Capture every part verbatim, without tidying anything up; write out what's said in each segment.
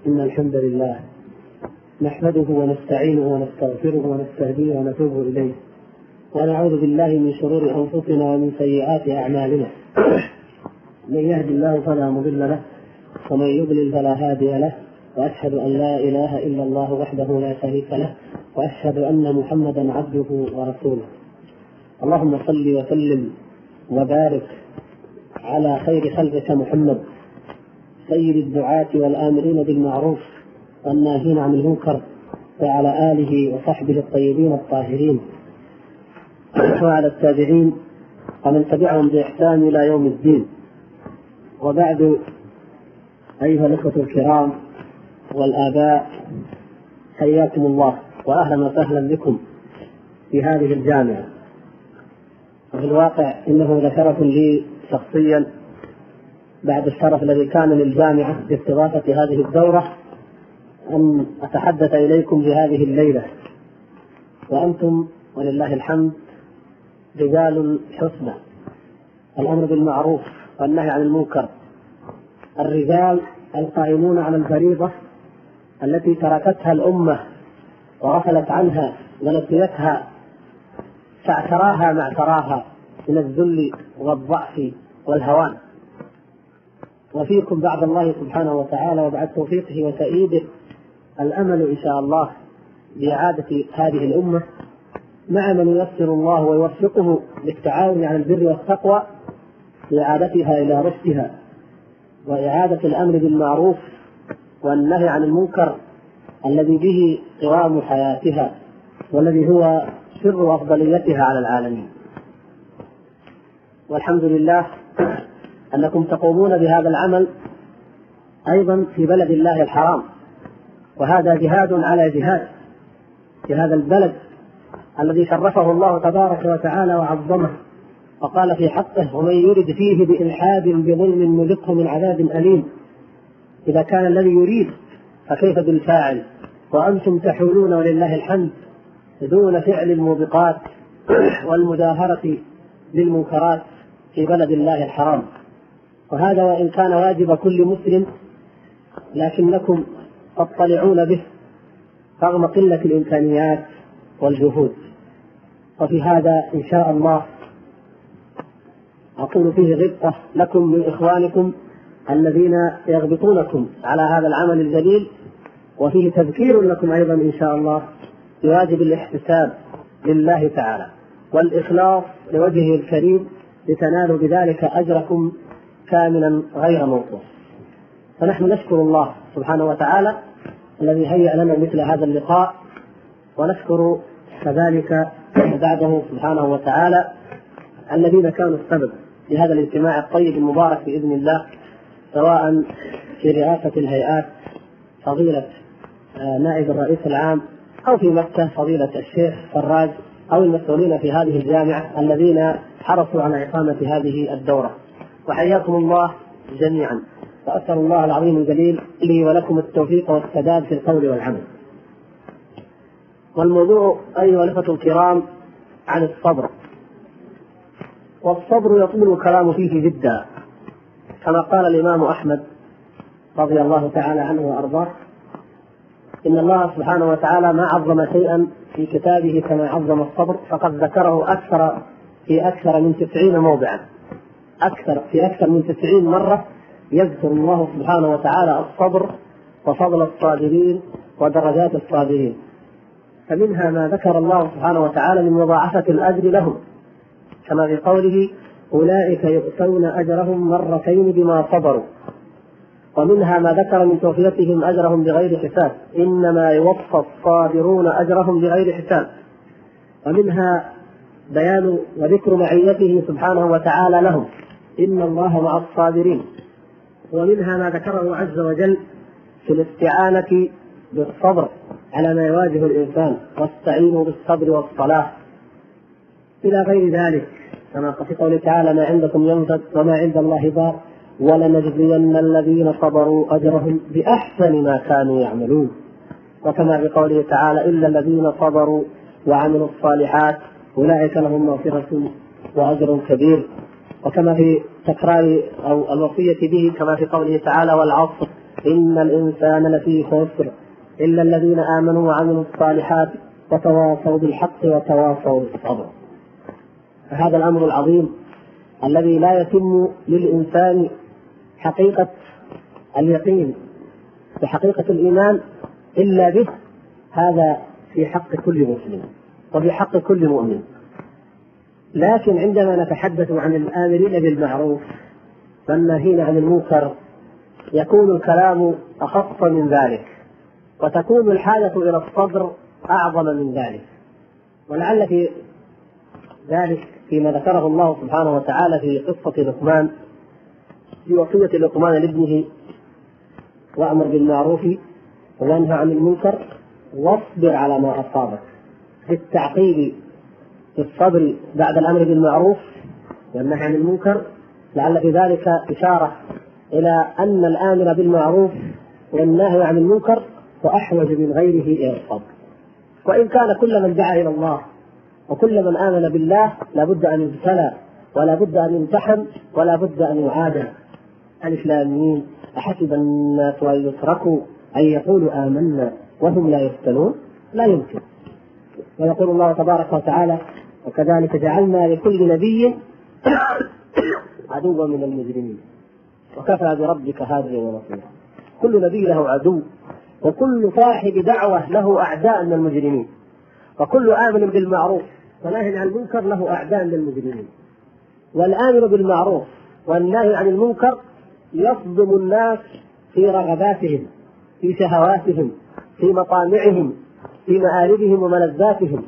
إن الحمد لله نحمده ونستعينه ونستغفره ونستهديه ونتوب إليه، ونعوذ بالله من شرور أنفسنا ومن سيئات أعمالنا. من يهد الله فلا مضل له ومن يضلل فلا هادي له، وأشهد أن لا إله إلا الله وحده لا شريك له، وأشهد أن محمدا عبده ورسوله. اللهم صل وسلم وبارك على خير خلقك محمد سيد الدعاة والآمرين بالمعروف والناهين عن المنكر، وعلى آله وصحبه الطيبين الطاهرين، وعلى التابعين ومن تبعهم بإحسان إلى يوم الدين. وبعد، أيها الأخوة الكرام والآباء، حياكم الله وأهلا وسهلا بكم في هذه الجامعة. وفي الواقع إنه لشرف لي شخصيا بعد الشرف الذي كان للجامعة باستضافة هذه الدورة أن أتحدث إليكم بهذه الليلة، وأنتم ولله الحمد رجال حسنى، الأمر بالمعروف والنهي عن المنكر، الرجال القائمون على الفريضة التي تركتها الأمة وغفلت عنها ونسيتها فاعتراها ما اعتراها من الذل والضعف والهوان. وفيكم بعد الله سبحانه وتعالى وبعد توفيقه وتأييده الأمل إن شاء الله بإعادة هذه الأمة، مع من ييسر الله ويوفقه للتعاون على البر والتقوى لإعادتها إلى رشدها، وإعادة الأمر بالمعروف والنهي عن المنكر الذي به قوام حياتها، والذي هو سر أفضليتها على العالمين. والحمد لله أنكم تقومون بهذا العمل أيضا في بلد الله الحرام، وهذا جهاد على جهاد في هذا البلد الذي شرفه الله تبارك وتعالى وعظمه، وقال في حقه: ومن يرد فيه بإلحاد بظلم نذقه من عذاب أليم. إذا كان الذي يريد فكيف بالفاعل؟ وأنتم تحولون ولله الحمد دون فعل الموبقات والمداهرة بالمنكرات في بلد الله الحرام. وهذا وإن كان واجب كل مسلم، لكنكم تطلعون به رغم قلة الإمكانيات والجهود. وفي هذا إن شاء الله أقول فيه غبطة لكم من إخوانكم الذين يغبطونكم على هذا العمل الجليل، وفيه تذكير لكم أيضا إن شاء الله بواجب الاحتساب لله تعالى والإخلاص لوجهه الكريم، لتنالوا بذلك أجركم كاملا غير منقوص. فنحن نشكر الله سبحانه وتعالى الذي هيأ لنا مثل هذا اللقاء، ونشكر كذلك بعده سبحانه وتعالى الذين كانوا السبب في هذا الاجتماع الطيب المبارك بإذن الله، سواء في رئاسة الهيئات فضيلة نائب الرئيس العام، أو في مكة فضيلة الشيخ فراج، أو المسؤولين في هذه الجامعة الذين حرصوا على إقامة هذه الدورة. وحياكم الله جميعا، وأسأل الله العظيم الجليل لي ولكم التوفيق والسداد في القول والعمل. والموضوع أيها الأخوة الكرام عن الصبر، والصبر يطول الكلام فيه جدا، كما قال الإمام أحمد رضي الله تعالى عنه وأرضاه: إن الله سبحانه وتعالى ما عظم شيئا في كتابه كما عظم الصبر، فقد ذكره أكثر في أكثر من تسعين موضعا، أكثر في أكثر من تسعين مرة يذكر الله سبحانه وتعالى الصبر وفضل الصابرين ودرجات الصابرين. فمنها ما ذكر الله سبحانه وتعالى من مضاعفة الأجر لهم، كما في قوله: أولئك يؤتون أجرهم مرتين بما صبروا. ومنها ما ذكر من توفيتهم أجرهم بغير حساب: إنما يوفى الصابرون أجرهم بغير حساب. ومنها بيان وذكر معيته سبحانه وتعالى لهم: إن الله مع الصابرين. ومنها ما ذكره عز وجل في الاستعانة بالصبر على ما يواجه الإنسان: واستعينوا بالصبر والصلاة، إلى غير ذلك، كما في قوله تعالى: ما عندكم ينفد وما عند الله باق ولنجزين الذين صبروا أجرهم بأحسن ما كانوا يعملون. وكما في قوله تعالى: إلا الذين صبروا وعملوا الصالحات أولئك لهم مغفرة وأجر كبير. وكما في تكرار أو الوصية به كما في قوله تعالى: والعصر إن الإنسان لفي خسر إلا الذين آمنوا وعملوا الصالحات وتواصوا بالحق وتواصوا بالصبر. فهذا الأمر العظيم الذي لا يتم للإنسان حقيقة اليقين وحقيقة الإيمان إلا به، هذا في حق كل مسلم وفي حق كل مؤمن. لكن عندما نتحدث عن الآمرين بالمعروف والناهين عن المنكر يكون الكلام أخص من ذلك، وتكون الحاجة إلى الصبر أعظم من ذلك. ولعل في ذلك فيما ذكره الله سبحانه وتعالى في قصة لقمان، في وصية لقمان لابنه: وأمر بالمعروف وانهى عن المنكر واصبر على ما أصابك، في التعقيب في الصبر بعد الأمر بالمعروف والنهي عن المنكر، لعل في ذلك إشارة إلى أن الآمر بالمعروف والنهي عن المنكر وأحوج من غيره إلى الصبر. وإن كان كل من دعا إلى الله وكل من آمن بالله لا بد أن يبتلى ولا بد أن يمتحن ولا بد أن يعادى. ألف لام ميم أحسب الناس أن يتركوا أن يقولوا آمنا وهم لا يفتنون؟ لا يمكن. ويقول الله تبارك وتعالى: وكذلك جعلنا لكل نبي عدوا من المجرمين وكفى بربك هاديا ونصيرا. كل نبي له عدو، وكل صاحب دعوة له أعداء من المجرمين، وكل آمن بالمعروف وناهي عن المنكر له أعداء من المجرمين. والآمر بالمعروف والناهي عن المنكر يصدم الناس في رغباتهم، في شهواتهم، في مطامعهم، في مآربهم وملذاتهم،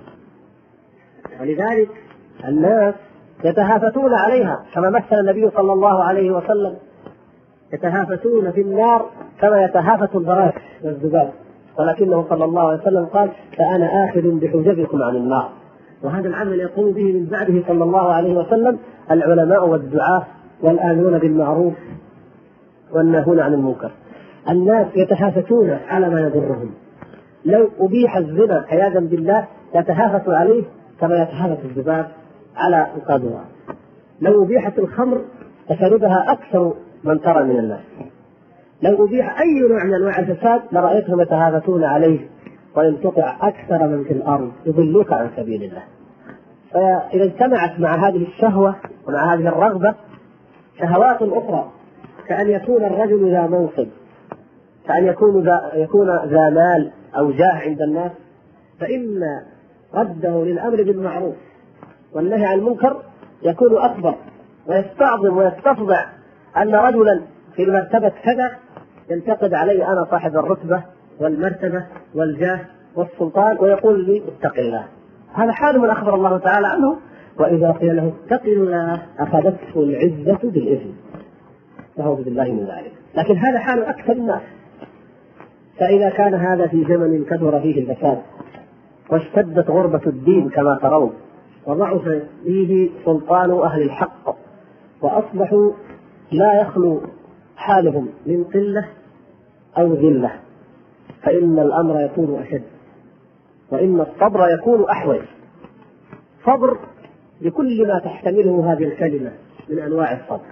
ولذلك الناس يتهافتون عليها كما مثل النبي صلى الله عليه وسلم: يتهافتون في النار كما يتهافت البراش والذباب، ولكنه صلى الله عليه وسلم قال: فأنا آخذ بحجبكم عن النار. وهذا العمل يقوم به من بعده صلى الله عليه وسلم العلماء والدعاة والآمرون بالمعروف والناهون عن المنكر. الناس يتهافتون على ما يضرهم. لو أبيح الزنا عياذا بالله يتهافت عليه كما يتهافت الذباب على القاذورات. لو أبيحت الخمر فشربها أكثر من ترى من الناس. لو أبيح أي نوع من أنواع الفساد لرأيتهم يتهافتون عليه، وإن تطع أكثر من في الأرض يضلوك عن سبيل الله. فإذا اجتمعت مع هذه الشهوة ومع هذه الرغبة شهوات أخرى، كأن يكون الرجل ذا منصب، كأن يكون ذا يكون ذا مال أو جاه عند الناس، فإن رده للأمر بالمعروف والنهي عن المنكر يكون أكبر، ويستعظم ويستفضع أن رجلا في المرتبة كذا ينتقد علي أنا صاحب الرتبة والمرتبة والجاه والسلطان ويقول لي اتق الله. هذا حال من أخبر الله تعالى عنه: وإذا قيل له اتق الله أخذته العزة بالإثم. نعوذ بالله من ذلك. لكن هذا حال أكثر الناس. فإذا كان هذا في زمن كثر فيه الفساد واشتدت غربة الدين كما ترون، وضعف فيه سلطان أهل الحق، وأصبحوا لا يخلو حالهم من قلة أو ذلة، فإن الأمر يكون أشد، وإن الصبر يكون أحوج. صبر لكل ما تحتمله هذه الكلمة من أنواع الصبر.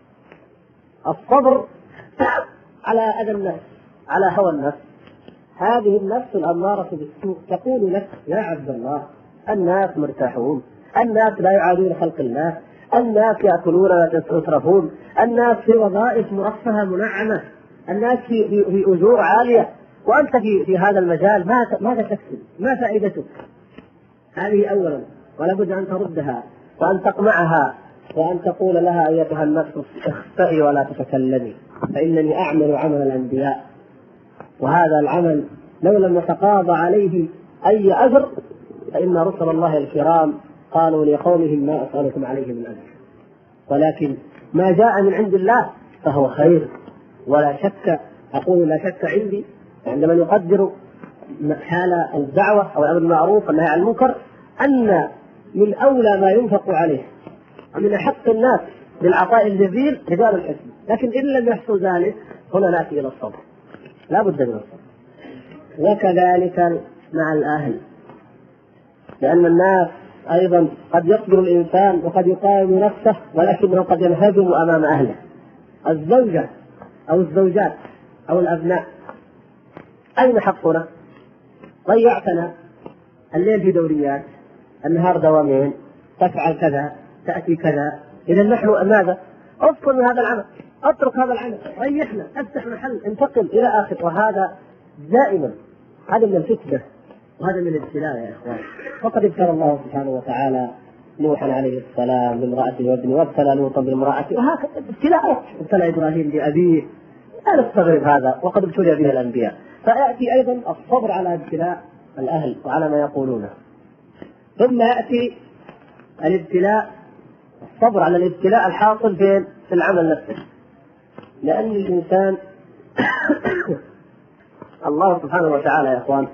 الصبر على أذى الناس، على هوى النفس. هذه النفس الأمارة بالسوء تقول لك: يا عبد الله، الناس مرتاحون، الناس لا يعادون خلق الله، الناس يأكلون ويترفون، الناس في وظائف مرفهة منعمة، الناس في, في, في أجور عالية، وأنت في, في هذا المجال ماذا تكسب؟ ما فائدتك؟ هذه أولا، ولا بد أن تردها وأن تقمعها وأن تقول لها: أيتها النفس اخسئي ولا تتكلمي، فإنني أعمل عمل الأنبياء، وهذا العمل لو لم يتقاضى عليه أي أجر فإن رسل الله الكرام قالوا لقومهم: ما أسألكم عليه من أجر، ولكن ما جاء من عند الله فهو خير. ولا شك، أقول لا شك عندي عندما يقدر حال الدعوة أو الأمر بالمعروف والنهي عن المنكر أن من أولى ما ينفق عليه ومن حق الناس بالعطاء الجزيل رجال الحسن. لكن إن لم يحصل ذلك هنا نأتي إلى الصبر، لا بد من الصبر. وكذلك مع الأهل، لأن الناس أيضا قد يصبر الإنسان وقد يقاوم نفسه، ولكنه قد ينهزم أمام أهله. الزوجة أو الزوجات أو الأبناء أين حقنا؟ ضيعتنا الليل في دوريات، النهار دوامين، تفعل كذا تأتي كذا، إذا نحن ماذا؟ أذكر من هذا العمل، اترك هذا العمل، ريحنا، افتح محل، انتقل إلى آخر. وهذا دائما هذا من الفتنة وهذا من الابتلاء يا إخوان. فقد ابتلى الله سبحانه وتعالى نوحا عليه السلام بامرأته وابنه، وابتلى لوطا بامرأته، وهكذا ابتلاءات. ابتلى إبراهيم بأبيه، لا نستغرب هذا، وقد ابتلي به الأنبياء. فيأتي أيضا الصبر على ابتلاء الأهل وعلى ما يقولونه، ثم يأتي الابتلاء، الصبر على الابتلاء الحاصل في في العمل نفسه. لأن الإنسان الله سبحانه وتعالى يا إخوان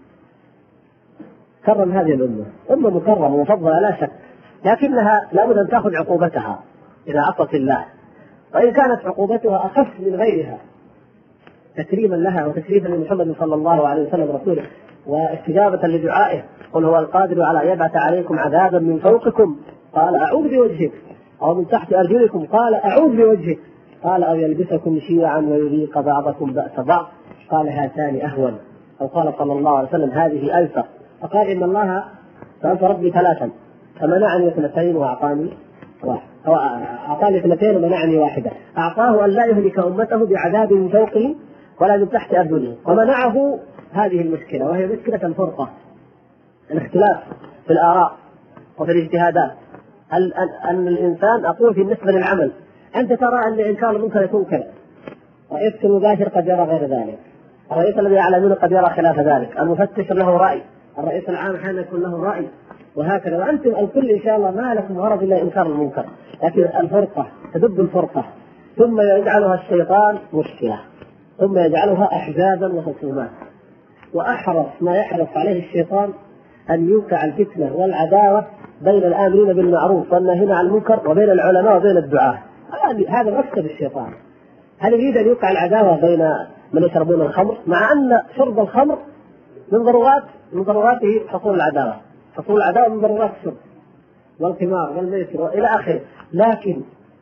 كرم هذه الأمة، أمة مكرمة ومفضلة لا شك، لكنها لابد أن تأخذ عقوبتها إذا عصت الله، وإن كانت عقوبتها أخف من غيرها تكريما لها وتشريفا لمحمد صلى الله عليه وسلم رسوله، واستجابة لدعائه: قل هو القادر على أن يبعث عليكم عذابا من فوقكم قال أعوذ بوجهك، أو من تحت أرجلكم قال أعوذ بوجهك، قال أو يلبسكم شيعا ويذيق بعضكم بأس بعض قال هاتان أهون، أو قال صلى الله عليه وسلم هذه أيسر، فقال إن الله سألت ربي ثلاثا فمنعني اثنتين وأعطاني واحد، أو أعطاني اثنتين ومنعني واحدة. أعطاه أن لا يهلك أمته بعذاب من فوقه ولا من تحت أرجله، ومنعه هذه المشكلة وهي مشكلة الفرقة، الاختلاف في الآراء وفي الاجتهادات. أن, أن الإنسان أقول في النسبة للعمل، أنت ترى أن إنكار المنكر يكون كذا، رئيس المباشر قد يرى غير ذلك، الرئيس الذي يعلمون قد يرى خلاف ذلك، المفتش له رأي، الرئيس العام أحيانا يكون له رأي، وهكذا. وأنتم الكل إن شاء الله ما لكم غرض إلا إنكار المنكر، لكن الفرقة تدب الفرقة، ثم يجعلها الشيطان مشكلة، ثم يجعلها أحزابا وخصومات. وأحرص ما يحرص عليه الشيطان أن يوقع الفتنة والعداوة بين الآمرين بالمعروف والناهين عن المنكر وبين العلماء وبين الدعاة. هذا مكسب الشيطان. هل يريد أن يوقع العداوة بين من يشربون الخمر، مع أن شرب الخمر من ضرورات من ضروراته حصول العداوة، حصول العداوة من ضرورات الشرب والقمار والميسر وإلى آخره، لكن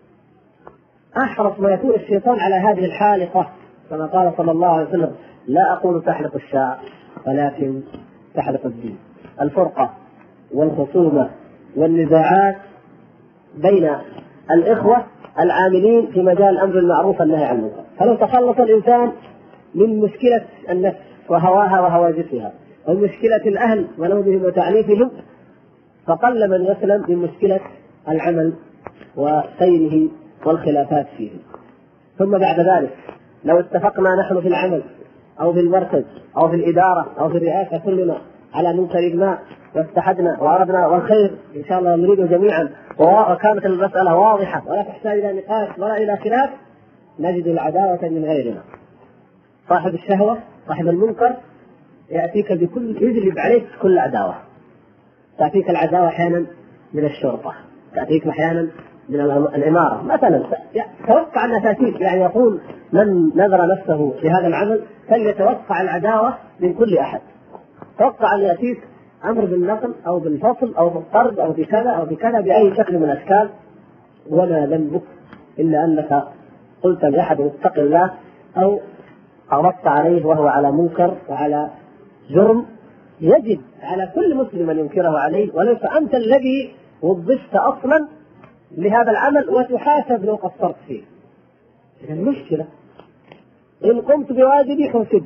أحرص ما يكون الشيطان على هذه الحالقة، كما قال صلى الله عليه وسلم: لا أقول تحلق الشعر ولكن تحلق الدين. الفرقة والخصومة والنزاعات بين الإخوة العاملين في مجال الأمر بالمعروف والنهي عن المنكر. فلو تخلص الإنسان من مشكلة النفس وهواها وهواجسها ومشكلة الأهل ونومهم وتعنيفهم، فقل من يسلم من مشكلة العمل وسيره والخلافات فيه. ثم بعد ذلك لو اتفقنا نحن في العمل أو في المركز أو في الإدارة أو في الرئاسة كلنا على منكر ما، واستحدنا وأردنا والخير إن شاء الله نريده جميعا، وكانت المسألة واضحة ولا تحتاج إلى نقاش ولا إلى خلاف، نجد العداوة من غيرنا. صاحب الشهوة صاحب المنكر يأتيك بكل، يجلب عليك كل عداوة. تأتيك العداوة أحيانا من الشرطة، تأتيك أحيانا من الإمارة مثلا. توقع أنها تأتيك، يعني يقول من نذر نفسه في هذا العمل فليتوقع العداوة من كل أحد. توقع أن يأتيك أمر بالنقل أو بالفصل أو بالطرد أو بكذا أو بكذا بأي شكل من الأشكال، وما ذنبك إلا أنك قلت لأحد اتق الله أو عرضت عليه وهو على منكر وعلى جرم يجب على كل مسلم أن ينكره عليه، وليس أنت الذي وظفت أصلا لهذا العمل وتحاسب لو قصرت فيه. المشكلة إن قمت بواجبي حسب،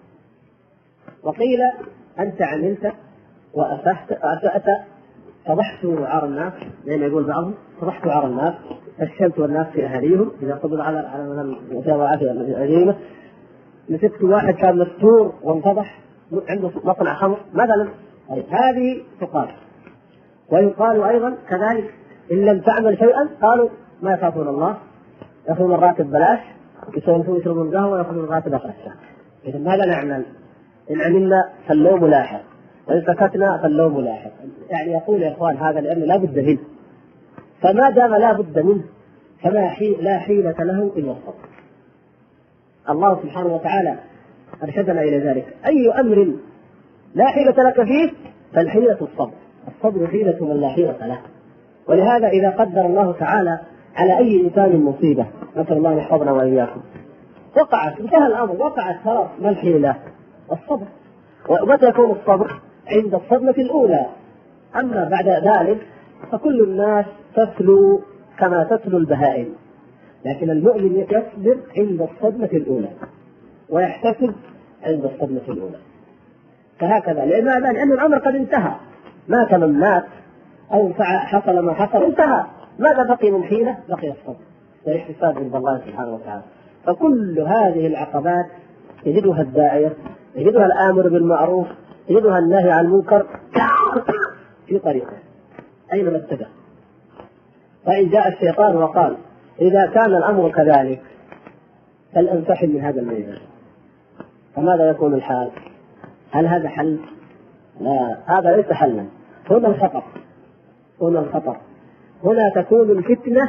وقيل أنت عملت وأسأت أسأت فضحت عار الناس، زي ما يقول بعضهم فضحت عار الناس، فشلت الناس في أهاليهم إذا قبض على على المتابعات القديمة. مسكت واحد كان مستور وانفضح عنده مصنع خمر مثلا، هذه تقال. ويقال أيضا كذلك إن لم تعمل شيئا قالوا ما يخافون الله، يأخذون الراتب بلاش، يسولفون يشربون قهوة ويأخذون الراتب أخر الشهر. إذا ماذا نعمل؟ إن عملنا فاللوم لاحق، وإن سكتنا فاللوم لاحق. يعني يقول يا إخوان هذا لأنه لا بد منه، فما دام لا بد منه فما حي... لا حيلة له إلا الصبر. الله سبحانه وتعالى أرشدنا إلى ذلك: أي أمر لا حيلة لك فيه فالحيلة الصبر، الصبر حيلة من لا حيلة له. ولهذا إذا قدر الله تعالى على أي إنسان مصيبة، نسأل الله يحفظنا وإياكم، وقعت، انتهى الأمر، وقعت خلاص، ما الحيلة؟ الصبر. ومتى يكون الصبر؟ عند الصدمة الأولى. أما بعد ذلك فكل الناس تسلو كما تسلو البهائم، لكن المؤمن يصبر عند الصدمة الأولى ويحتسب عند الصدمة الأولى. فهكذا. لماذا؟ لأن الأمر قد انتهى، مات من مات أو حصل ما حصل، انتهى. ماذا بقي من حيلة؟ بقي الصبر والاحتساب عند الله سبحانه وتعالى. فكل هذه العقبات يجدها الداعية، يجدها الآمر بالمعروف، يجدها النهي عن المنكر في طريقه أينما اتجه. فإن جاء الشيطان وقال إذا كان الأمر كذلك فلأنسحب من هذا الميدان، فماذا يكون الحال؟ هل هذا حل؟ لا، هذا ليس حلا. هنا الخطر، هنا الخطر، هنا تكون الفتنة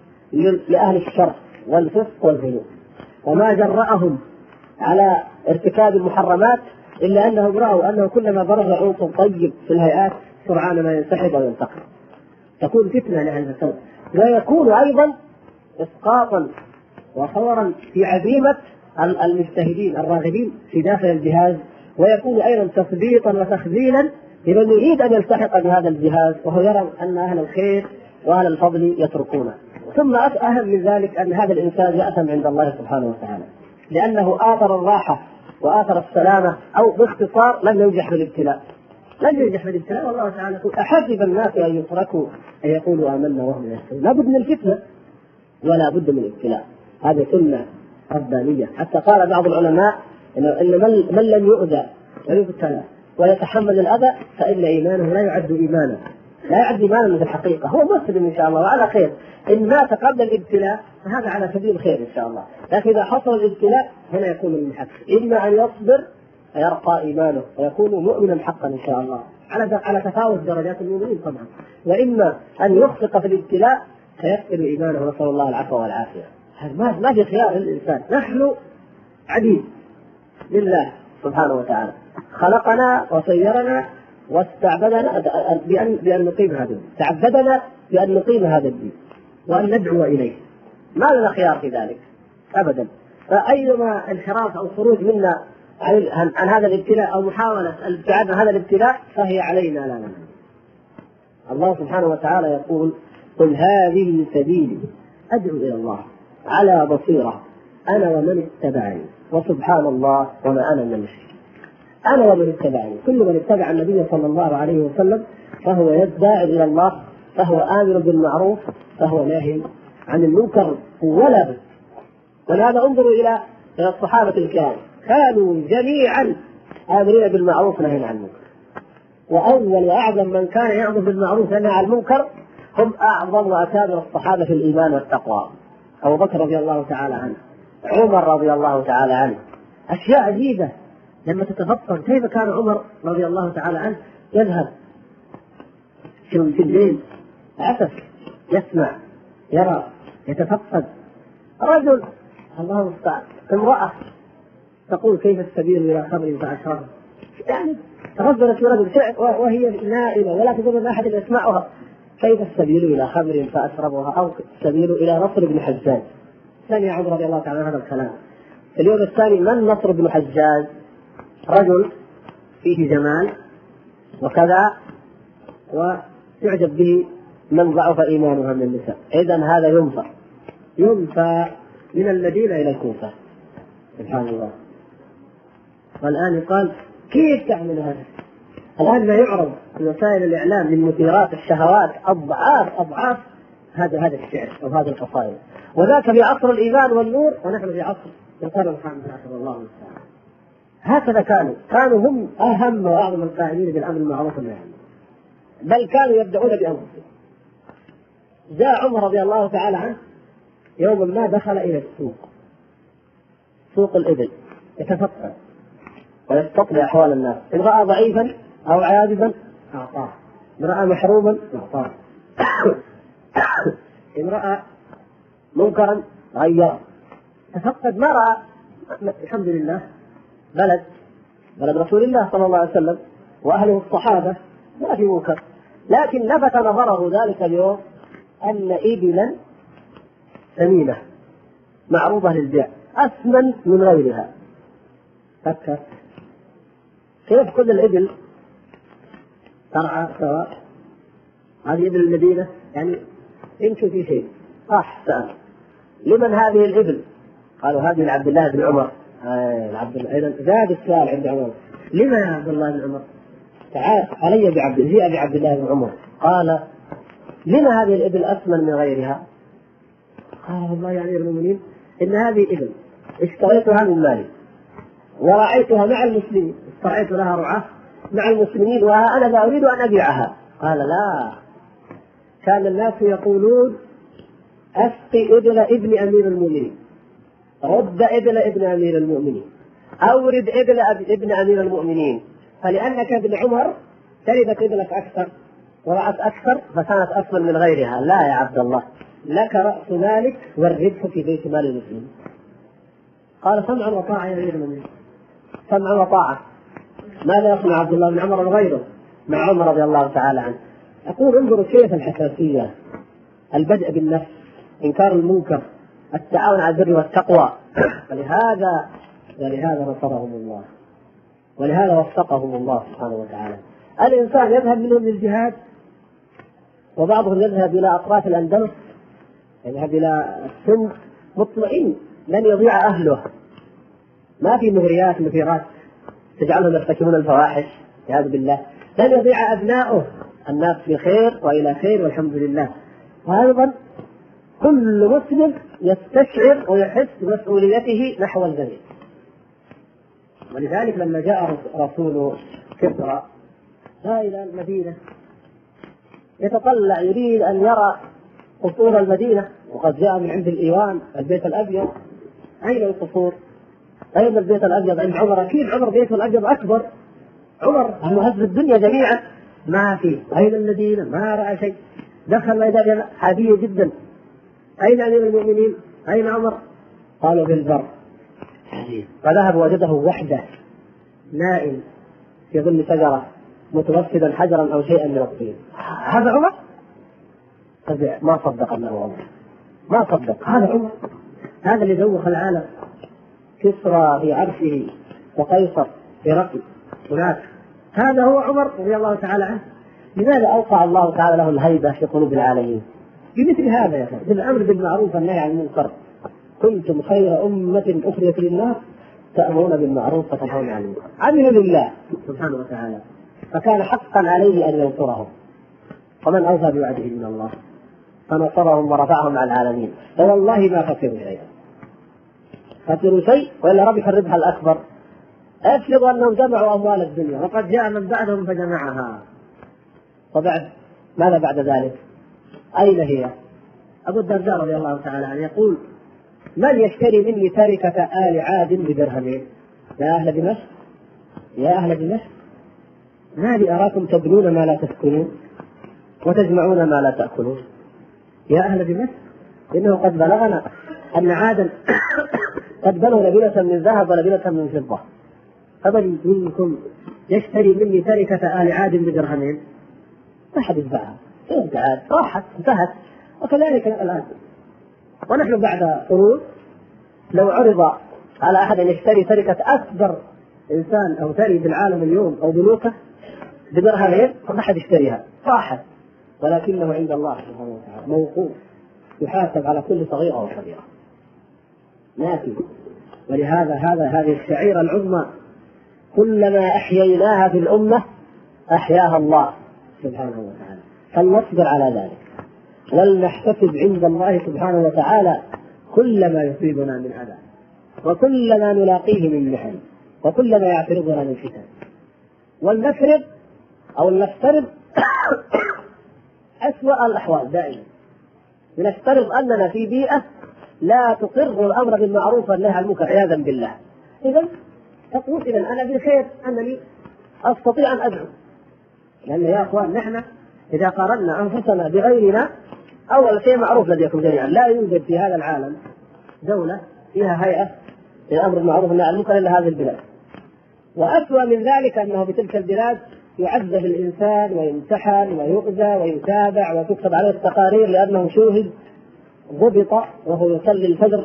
لأهل الشر والفسق والذنوب، وما جرأهم على ارتكاب المحرمات إلا أنهم رأوا أنه كلما برز عنصر طيب في الهيئات سرعان ما ينسحب وينتقل. تكون فتنة لأهل الشر، ويكون أيضا إسقاطا وخورا في عزيمة المجتهدين الراغبين في داخل الجهاز، ويكون أيضا تثبيطا وتخذيلا لمن يريد أن يلتحق بهذا الجهاز وهو يرى أن أهل الخير وأهل الفضل يتركونه. ثم أهم من ذلك أن هذا الإنسان يأثم عند الله سبحانه وتعالى، لأنه آثر الراحة وآثر السلامة، أو باختصار لم ينجح بالابتلاء، لم ينجح بالابتلاء. والله تعالى يقول أحسب الناس أن يتركوا أن يقولوا آمنا وهم لا يفتنون. لا بد من الفتنة ولا بد من الابتلاء، هذه سنة ربانية. حتى قال بعض العلماء إن من لم يؤذى ويبتلى ويتحمل الأذى فإن إيمانه لا يعد إيمانا، لا يعد إيمانا في الحقيقة، هو مسلم إن شاء الله وعلى خير. إن مات قبل الابتلاء فهذا على سبيل الخير إن شاء الله، لكن إذا حصل الابتلاء هنا يكون المحك، إما أن يصبر فيرقى إيمانه ويكون مؤمنا حقا إن شاء الله على على تفاوت درجات المؤمنين طبعا، وإما أن يخفق في الابتلاء فيفقد إيمانه، نسأل الله العفو والعافية. ما ما في خيار للإنسان، نحن عبيد لله سبحانه وتعالى، خلقنا وسيرنا واستعبدنا بأن بأن نقيم هذا الدين، تعبدنا بأن نقيم هذا الدين وأن ندعو إليه، ما لنا خيار في ذلك أبدا. فأيما انحراف أو خروج منا عن, عن هذا الابتلاء أو محاولة الابتعاد عن هذا الابتلاء فهي علينا لا نعلم. الله سبحانه وتعالى يقول قل هذه سبيلي أدعو إلى الله على بصيرة أنا ومن اتبعني وسبحان الله وما أنا من المشركين. أنا ومن اتبعني، كل من اتبع النبي صلى الله عليه وسلم فهو يدعي إلى الله، فهو آمر بالمعروف، فهو ناهي عن المنكر ولا بد. ولهذا انظروا إلى الصحابة الكرام، كانوا جميعا آمرين بالمعروف ناهين عن المنكر، وأول وأعظم من كان يأمر بالمعروف ونهى عن المنكر هم أعظم وأكابر الصحابة في الإيمان والتقوى، أبو بكر رضي الله تعالى عنه، عمر رضي الله تعالى عنه. أشياء عجيبة لما تتفطن، كيف كان عمر رضي الله تعالى عنه يذهب في الليل عسف يسمع يرى يتفقد رجل، الله المستعان، امرأة تقول كيف السبيل إلى خمر فأشربه، يعني تغزلت في رجل وهي نائمة ولا تظن أن أحد يسمعها، كيف السبيل إلى خمر فأشربها، أو السبيل إلى نصر بن حجاج. ثاني عمر رضي الله تعالى هذا الكلام. في اليوم الثاني من نصر بن حجاج؟ رجل فيه جمال وكذا ويعجب به من ضعف إيمانها من النساء، إذن هذا ينفى ينفى من المدينة إلى الكوفة، سبحان الله. والآن يقال كيف تعمل هذا؟ الآن ما يعرض في وسائل الإعلام من مثيرات الشهوات أضعاف أضعاف هذا هذا الشعر أو هذا القصائد، وذاك في عصر الإيمان والنور ونحن في عصر القرن الخامس عشر. الله المستعان. هكذا كانوا كانوا هم أهم وأعظم القائمين بالأمر بالمعروف والنهي عن المنكر، بل كانوا يبدأون بأنفسهم. جاء عمر رضي الله تعالى عنه يوم ما دخل إلى السوق، سوق الإبل، يتفقد ويستطلع أحوال الناس، إن رأى ضعيفا أو عاجزا أعطاه، إن رأى محروما أعطاه، إن رأى منكرا غيره، تفقد ما رأى. الحمد لله بلد بلد رسول الله صلى الله عليه وسلم وأهله الصحابة ما في منكر، لكن لفت نظره ذلك اليوم أن إبلا ثمينة معروضة للبيع أثمن من غيرها. فكر كيف كل الإبل ترعى سواء، هذه إبل المدينة يعني يمشي في شيء. راح سأل لمن هذه الإبل؟ قالوا هذه لعبد الله بن عمر. آه عبد الله أيضا زاد السؤال عند عمر، لما يا عبد الله بن عمر؟ تعال علي بعبد جيء بعبد الله بن عمر. قال لما هذه الإبل أثمن من غيرها؟ قال والله يا أمير المؤمنين إن هذه إبل اشتريتها من مالي ورعيتها مع المسلمين، اشتريت لها رعاة مع المسلمين وأنا لا أريد أن أبيعها. قال لا، كان الناس يقولون أسقي إبل ابن أمير المؤمنين، رد إبل ابن أمير المؤمنين، أورد إبل ابن أمير المؤمنين، فلأنك ابن عمر شربت إبلك أكثر ورعت أكثر فكانت أفضل من غيرها. لا يا عبد الله، لك رأس مالك والربح في بيت مال المسلمين. قال سمعا وطاعة يا أمير المؤمنين، سمعا وطاعة. ماذا يصنع عبد الله بن عمر وغيره مع عمر رضي الله تعالى عنه؟ أقول انظروا كيف الحساسية، البدء بالنفس، إنكار المنكر، التعاون على البر والتقوى. ولهذا ولهذا نصرهم الله، ولهذا وفقهم الله سبحانه وتعالى. الإنسان يذهب منهم للجهاد، وبعضهم يذهب إلى أطراف الأندلس، يذهب إلى السند مطمئن لن يضيع أهله، ما في مغريات مثيرات تجعلهم يرتكبون الفواحش والعياذ بالله، لن يضيع أبناؤه، الناس بخير وإلى خير والحمد لله. وأيضا كل مسلم يستشعر ويحس بمسؤوليته نحو الجميع. ولذلك لما جاء رسول كسرى جاء إلى المدينة يتطلع يريد أن يرى قصور المدينة، وقد جاء من عند الإيوان البيت الأبيض. أين القصور؟ أين البيت الأبيض؟ عند عمر. أكيد عمر بيته الأبيض أكبر، عمر مهز الدنيا جميعا، ما في. أين المدينة؟ ما رأى شيء. دخل إلى عادية جدا. أين أمير المؤمنين؟ أين عمر؟ قالوا بالبر. فذهب وجده وحده نائم في ظل شجرة متوسدا حجرا أو شيئا من الطين. هذا عمر؟ ما صدق أنه عمر، ما صدق. هذا عمر، هذا اللي دوخ العالم، كسرى في عرشه وقيصر في رقم هناك، هذا هو عمر رضي الله تعالى عنه. لماذا أوقع الله تعالى له الهيبة في قلوب العالمين؟ بمثل هذا يا أخي، بالأمر بالمعروف والنهي عن المنكر. كنتم خير أمة أخرجت للناس تأمرون بالمعروف وتنهون عن المنكر. عملوا لله سبحانه وتعالى، فكان حقا عليه أن ينصرهم. ومن أوفى بوعده من الله فنصرهم ورفعهم على العالمين. فوالله ما خسروا شيئا، خسروا شيء وإلا ربح الربح الأكبر. أفرضوا أنهم جمعوا أموال الدنيا وقد جاء من بعدهم فجمعها، وبعد ماذا بعد ذلك؟ أين هي؟ أبو الدرداء رضي الله تعالى عنه يقول: من يشتري مني تركة آل عاد بدرهمين؟ يا أهل دمشق، يا أهل دمشق، ما لي أراكم تبنون ما لا تسكنون وتجمعون ما لا تأكلون. يا أهل دمشق، إنه قد بلغنا أن عادا قد بنوا لبنة من ذهب ولبنة من فضة، فمن منكم يشتري مني تركة آل عاد بدرهمين؟ ما حد يدفعها، عاد راحت انتهت. وكذلك الآن ونحن بعد قرون لو عرض على أحد أن يشتري تركة أكبر إنسان أو ثري بالعالم اليوم أو بنوكه بدرهمين فما حد يشتريها، راحت. ولكنه عند الله سبحانه وتعالى موقوف، يحاسب على كل صغيرة وكبيرة، ما في. ولهذا هذا هذه الشعيرة العظمى كلما أحييناها في الأمة أحياها الله سبحانه وتعالى. فلنصبر على ذلك ولنحتسب عند الله سبحانه وتعالى كل ما يصيبنا من أذى وكل ما نلاقيه من محن وكل ما يعترضنا من فتن، ولنفرض أو نفترض أسوأ الأحوال دائما. نفترض أننا في بيئة لا تقر الأمر بالمعروف والنهي عن المنكر عياذا بالله، إذا تقول إذا أنا بالخير أنني أستطيع أن أدعو. لأن يا أخوان نحن إذا قارنا أنفسنا بغيرنا، أول شيء معروف لديكم جميعا لا يوجد في هذا العالم دولة فيها هيئة للأمر بالمعروف والنهي عن المنكر إلا هذه البلاد. وأسوأ من ذلك أنه بتلك البلاد يعذب الإنسان ويمتحن ويؤذى ويتابع وتكتب عليه التقارير لأنه شوهد ضبط وهو يصلي الفجر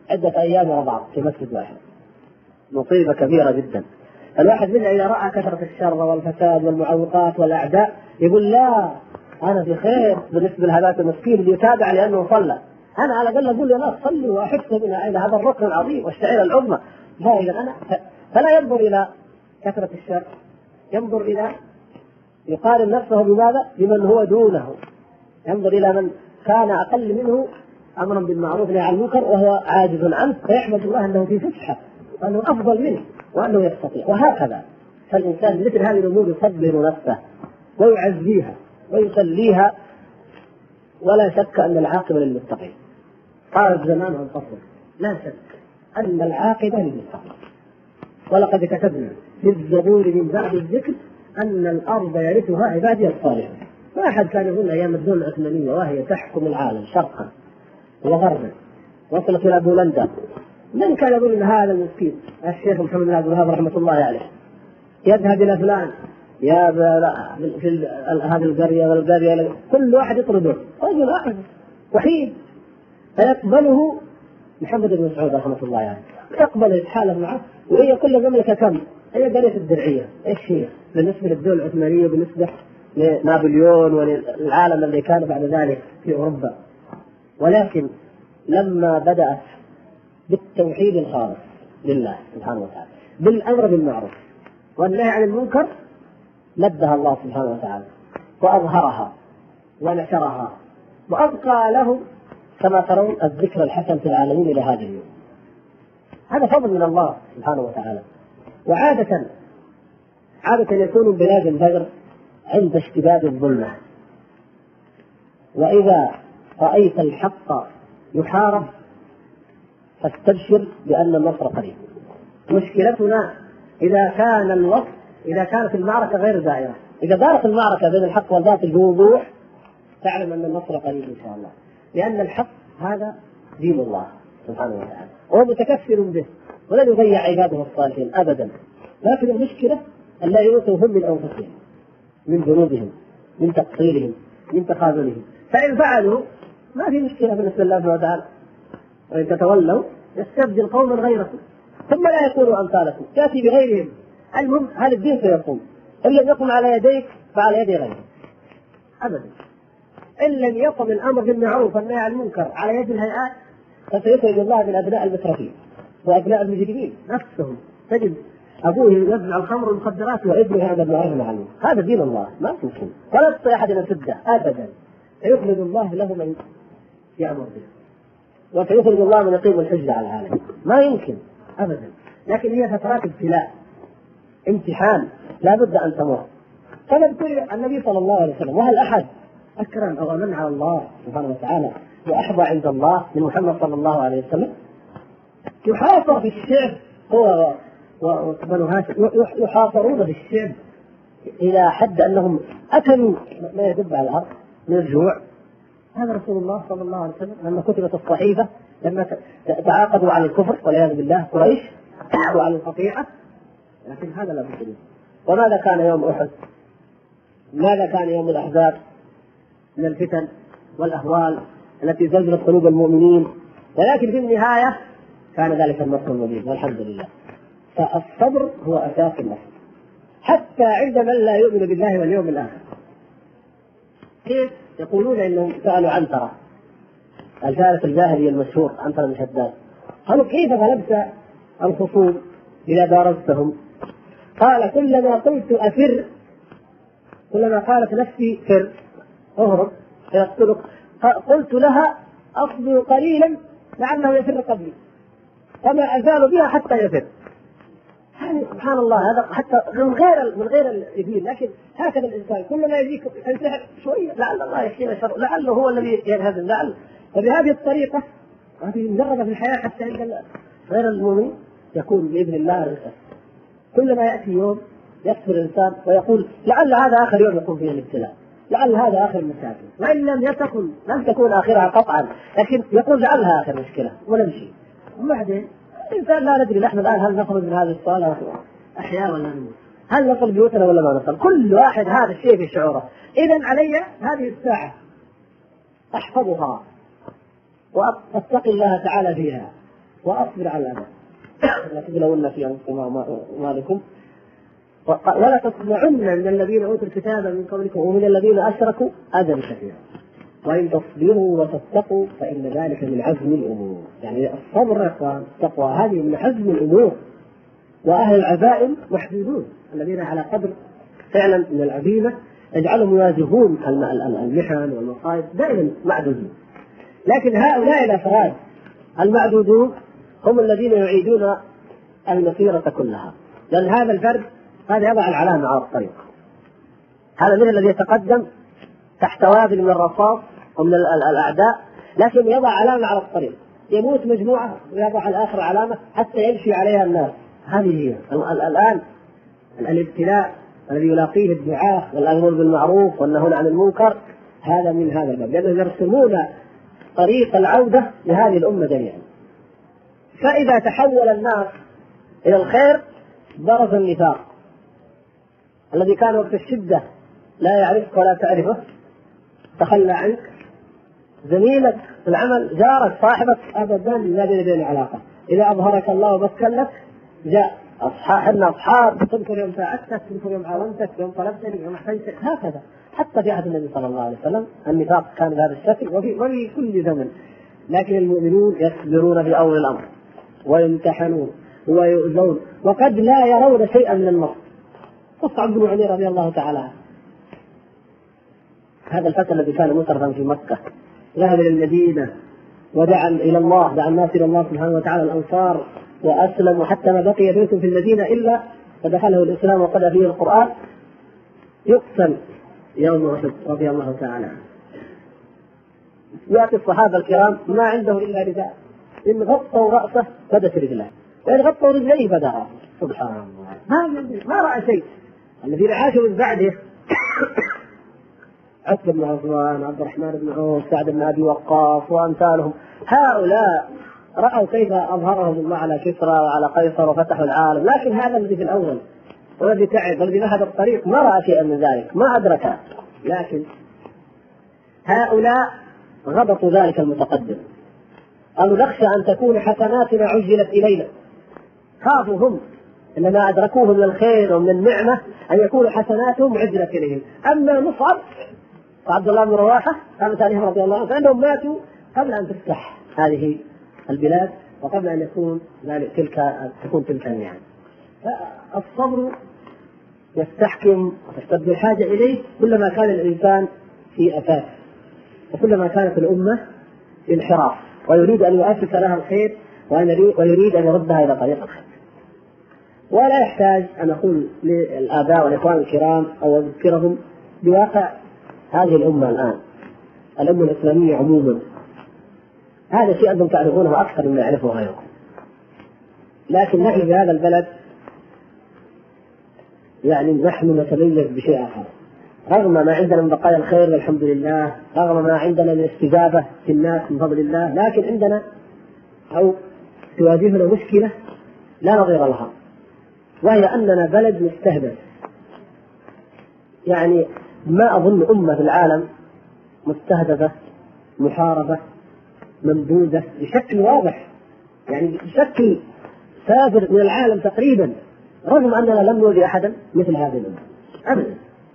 عدة أيام ورا بعض في مسجد واحد، مصيبة كبيرة جدا. الواحد منا إذا رأى كثرة الشر والفساد والمعوقات والأعداء يقول لا أنا في خير بالنسبة لهذا المسكين اللي يتابع لأنه صلى، أنا على الأقل أقول له لا صلي وأحس إلى هذا الركن العظيم والشعيرة العظمى. لا إذا أنا فلا ينظر إلى كثرة الشر، ينظر إلى يقارن نفسه بماذا؟ بمن هو دونه، ينظر إلى من كان أقل منه أمرا بالمعروف ونهي عن المنكر وهو عاجز عنه، فيحمد الله أنه في فسحة وأنه أفضل منه وأنه يستطيع. وهكذا فالإنسان مثل هذه الأمور يصبر نفسه ويعزيها ويصليها، ولا شك أن العاقبة للمتقين. قال زمان عن فصل لا شك أن العاقبة للمتقين. ولقد كتبنا في الزبور من بعد الذكر أن الأرض يرثها عبادي الصالحون. ما أحد كان يقول أيام الدولة العثمانية وهي تحكم العالم شرقا وغربا وصلت إلى بولندا، من كان يقول أن هذا المسكين الشيخ محمد بن عبد الوهاب رحمة الله عليه يذهب إلى فلان يا في هذه القرية والقرية، كل واحد يطرده، رجل واحد وحيد فيقبله محمد بن سعود رحمة الله عليه، يقبل يتحالف معه. وهي كل مملكة كم؟ هي قرية الدرعية، ايش هي بالنسبة للدولة العثمانية وبالنسبة لنابليون وللعالم اللي كان بعد ذلك في أوروبا. ولكن لما بدأت بالتوحيد الخالص لله سبحانه وتعالى بالأمر بالمعروف والنهي عن المنكر مدها الله سبحانه وتعالى وأظهرها ونشرها وأبقى له كما ترون الذكر الحسن في العالمين إلى هذا اليوم. هذا فضل من الله سبحانه وتعالى. وعادة عادة يكون بلاد البدر عند اشتداد الظلمة، وإذا رأيت الحق يحارب فاستبشر بأن النصر قريب. مشكلتنا إذا كان الوقت إذا كانت المعركة غير دائرة، إذا دارت المعركة بين الحق والباطل بوضوح تعلم أن النصر قريب إن شاء الله، لأن الحق هذا دين الله سبحانه وتعالى وهو متكفل به ولن يضيع عباده الصالحين أبدا. لكن المشكلة أن لا يؤتوا هم من أنفسهم، من ذنوبهم، من تقصيرهم، من تخاذلهم. فإن فعلوا ما في مشكلة بالنسبة لله سبحانه وتعالى، وإن تتولوا يستبدل قوما غيركم ثم لا يكونوا أمثالكم يأتي بغيرهم. المهم هذا الدين سيقوم، إن لم يقم على يديك فعلى يدي غيرك أبدا. إن لم يقم الأمر بالمعروف والنهي عن المنكر على يد الهيئات فسيخرج الله من أبناء المترفين وأبناء المجرمين نفسهم. تجد أبوه يوزع الخمر والمخدرات وابنه يعمل بالمعروف عنه. هذا دين الله ما يمكن ولا يستطيع أحد أن يسده أبدا. سيخرج الله له من يأمر به، وسيخرج الله من يقيم الحجة على العالم، ما يمكن أبدا. لكن هي فترات ابتلاء امتحان لا بد أن تمر. كما يقول النبي صلى الله عليه وسلم: وهل أحد أكرم أو أمن على الله سبحانه وتعالى وأحظى عند الله من محمد صلى الله عليه وسلم؟ يحاصر في الشعب هو وبنو هاشم، يحاصرون في الشعب إلى حد أنهم أكلوا ما يدب على الأرض من الجوع. هذا رسول الله صلى الله عليه وسلم لما كتبت الصحيفة، لما تعاقدوا على الكفر والعياذ بالله قريش، تعاقدوا على القطيعة، لكن هذا لا بد منه. وماذا كان يوم أحد؟ ماذا كان يوم الأحزاب من الفتن والأهوال التي زلزلت قلوب المؤمنين؟ ولكن في النهاية كان ذلك النصر المبين والحمد لله. فالصبر هو أساس النصر حتى عند من لا يؤمن بالله واليوم الآخر. كيف؟ يقولون إنهم سألوا عنترة الفارس الجاهلي المشهور عنترة بن شداد، قالوا: كيف غلبت الخصوم إذا بارزتهم؟ قال: كلما قلت أفر، كلما قالت نفسي فر اهرب يقتلك، قلت لها أصبر قليلا لعله يفر قبلي، فما أزال بها حتى يفر. يعني سبحان الله، هذا حتى من غير من غير الدين، لكن هكذا الإنسان كلما يجيك السحر شوية لعل الله يكفينا شر، لعله هو الذي ينهزم، لعل. فبهذه الطريقة هذه مجربة في الحياة حتى عند غير المؤمن يكون بإذن الله رزقه. كلما يأتي يوم يكفر الإنسان ويقول: لعل هذا آخر يوم يكون فيه الابتلاء، لعل هذا آخر المشاكل، وإن لم يكن لم تكون آخرها قطعا، لكن يقول لعلها آخر مشكلة ونمشي. وبعدين الإنسان لا ندري نحن الآن هل نخرج من هذه الصالة أحياء ولا نموت، هل نصل بيوتنا ولا ما نصل، كل واحد هذا الشيء في شعوره. إذن علي هذه الساعة أحفظها وأتقي الله تعالى فيها، واصبر على الاذى لا تبلون في انفسكم واموالكم ولا تسمعن من الذين اوتوا الكتاب من قبلكم ومن الذين اشركوا اذى كثيرا وان تصبروا وتتقوا فان ذلك من عزم الامور. يعني الصبر والتقوى هذه من عزم الامور، واهل العزائم محدودون الذين على قدر فعلا من العزيمه يجعلهم يواجهون المحن والمصائب دائما معدودين. لكن هؤلاء الافراد المعدودون هم الذين يعيدون المسيره كلها، لان هذا الفرد هذا يضع العلامه على الطريق، هذا من الذي يتقدم تحت وابل من الرصاص ومن الاعداء لكن يضع علامه على الطريق، يموت مجموعه ويضع الاخر علامه حتى يمشي عليها الناس. هذه هي الان الابتلاء الذي يلاقيه الدعاة والامر بالمعروف والنهي عن المنكر، هذا من هذا الباب، لانهم يرسمون طريق العوده لهذه الامه جميعا. فاذا تحول الناس الى الخير برز النفاق الذي كان وقت الشده لا يعرفك ولا تعرفه، تخلى عنك، زميلك في العمل، جارك، صاحبك، ابدا لا بين علاقه. اذا اظهرك الله ومكن لك جاء اصحاب، احنا اصحاب، تذكر يوم ساعدتك، تذكر يوم عاونتك، يوم طلبتني، يوم احتجتك، هكذا. حتى في عهد النبي صلى الله عليه وسلم النفاق كان بهذا الشكل وفي, وفي كل زمن. لكن المؤمنون يصبرون في اول الامر ويمتحنون ويؤذون وقد لا يرون شيئا من النصر. قصة عبد المعلي رضي الله تعالى عنه، هذا الفتى الذي كان مسرفا في مكة ذهب الى المدينه ودعا الى الله، دعا الناس الى الله سبحانه وتعالى، الانصار، واسلم، وحتى ما بقي بيت في المدينه الا فدخله الاسلام وقرأ فيه القران. يقتل يوم احد رضي الله تعالى عنه. ياتي الصحابه الكرام ما عنده الا رداء، ان غطوا راسه بدت رجليه، وان غطوا رجليه بدا راسه. سبحان الله، ما ما راى شيء. الذين عاشوا من بعده عتبة بن عثمان، عبد الرحمن بن عوف، سعد بن ابي وقاص وامثالهم، هؤلاء رأوا كيف أظهرهم الله على كسرى وعلى قيصر وفتحوا العالم. لكن هذا الذي في الأول والذي تعب والذي مهد الطريق ما رأى شيئا من ذلك، ما أدرك. لكن هؤلاء غبطوا ذلك المتقدم، قالوا نخشى أن تكون حسناتنا عجلت إلينا، خافوا هم إن ما أدركوه من الخير ومن النعمة أن يكون حسناتهم عجلت إليهم. أما مصعب وعبد الله بن رواحة كانوا ثانيهم رضي الله عنهم فإنهم ماتوا قبل أن تفتح هذه البلاد وقبل أن يكون ذلك تلك تكون تلك النعم. فالصبر يستحكم وتشتد الحاجة إليه كلما كان الإنسان في أفات، وكلما كانت الأمة في انحراف ويريد أن يؤسس لها الخير ويريد أن يردها إلى طريق الخير. ولا يحتاج أن أقول للآباء والإخوان الكرام أو أذكرهم بواقع هذه الأمة الآن، الأمة الإسلامية عموما. هذا شيء أنتم تعرفونه أكثر مما يعرفه غيركم. لكن نحن في هذا البلد يعني نحن نتميز بشيء آخر، رغم ما عندنا من بقايا الخير والحمد لله، رغم ما عندنا من استجابة في الناس من فضل الله، لكن عندنا أو تواجهنا مشكلة لا نظير لها، وهي أننا بلد مستهدف. يعني ما أظن أمة في العالم مستهدفة محاربة ممدودة بشكل واضح، يعني بشكل سافر من العالم تقريبا، رغم أننا لم نؤذي أحدا مثل هذه الأمة أبدا.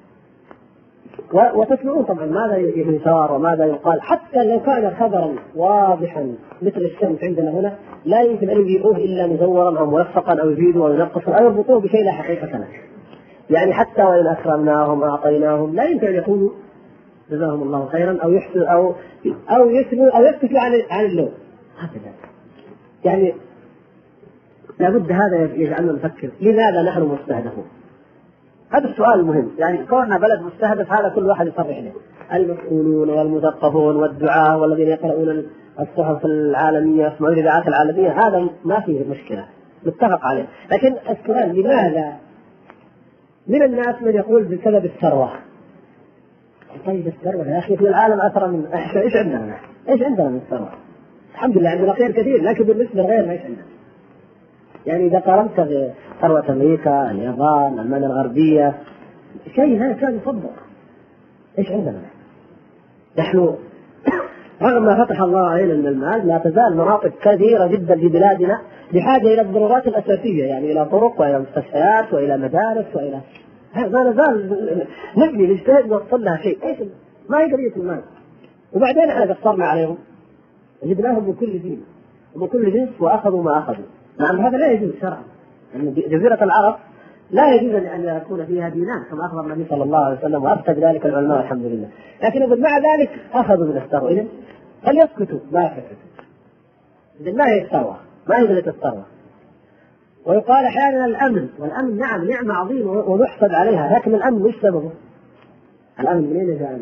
وتسمعون طبعا ماذا يثار وماذا يقال، حتى لو كان خبرا واضحا مثل الشمس عندنا هنا لا يمكن أن يجيبوه إلا مزورا أو ملفقا أو يزيدوا أو ينقصوا أو يربطوه بشيء لا حقيقة له. يعني حتى وإن أكرمناهم وأعطيناهم لا يمكن أن يكونوا جزاهم الله خيرا أو يحسن أو أو يسلو أو يختفي عن عن اللون هكذا. يعني لابد هذا يجعلنا نفكر لماذا نحن مستهدفون. هذا السؤال المهم. يعني كوننا بلد مستهدف هذا كل واحد يصرح له، المسؤولون والمثقفون والدعاة والذين يقرؤون الصحف العالمية يسمعون الإذاعات العالمية، هذا ما فيه مشكلة نتفق عليه. لكن السؤال لماذا؟ من الناس من يقول بسبب الثروة. طيب الثروة يا أخي في العالم أثر من إيش عندنا؟ إيش عندنا من الثروة؟ الحمد لله عندنا خير كثير، لكن بالنسبة لغيرنا إيش عندنا؟ يعني إذا قارنت بثروة أمريكا، اليابان، ألمانيا الغربية، شيء لا كان يصدق. إيش عندنا؟ نحن رغم ما فتح الله علينا من المال لا تزال مناطق كثيرة جدا في بلادنا بحاجة إلى الضرورات الأساسية، يعني إلى طرق وإلى مستشفيات وإلى مدارس وإلى ما نزال نبني نجتهد نوصل لها شيء. ايش ما هي قضية المال. وبعدين احنا قصرنا عليهم، جبناهم من كل دين ومن كل جنس واخذوا ما اخذوا. نعم هذا لا يجوز شرعا، لأن جزيرة العرب لا يجوز أن يكون فيها دينان كما أخبر النبي صلى الله عليه وسلم، وأفتى ذلك العلماء الحمد لله. لكن مع ذلك أخذوا من الثروة، إذن فليسكتوا ما يسكتوا. إذن ما هي الثروة؟ ما هي قضية الثروة؟ ويقال أحيانا الأمن، والأمن نعم نعمة عظيمة ونحسد عليها، لكن الأمن مش سببه. الأمن منين جاءنا؟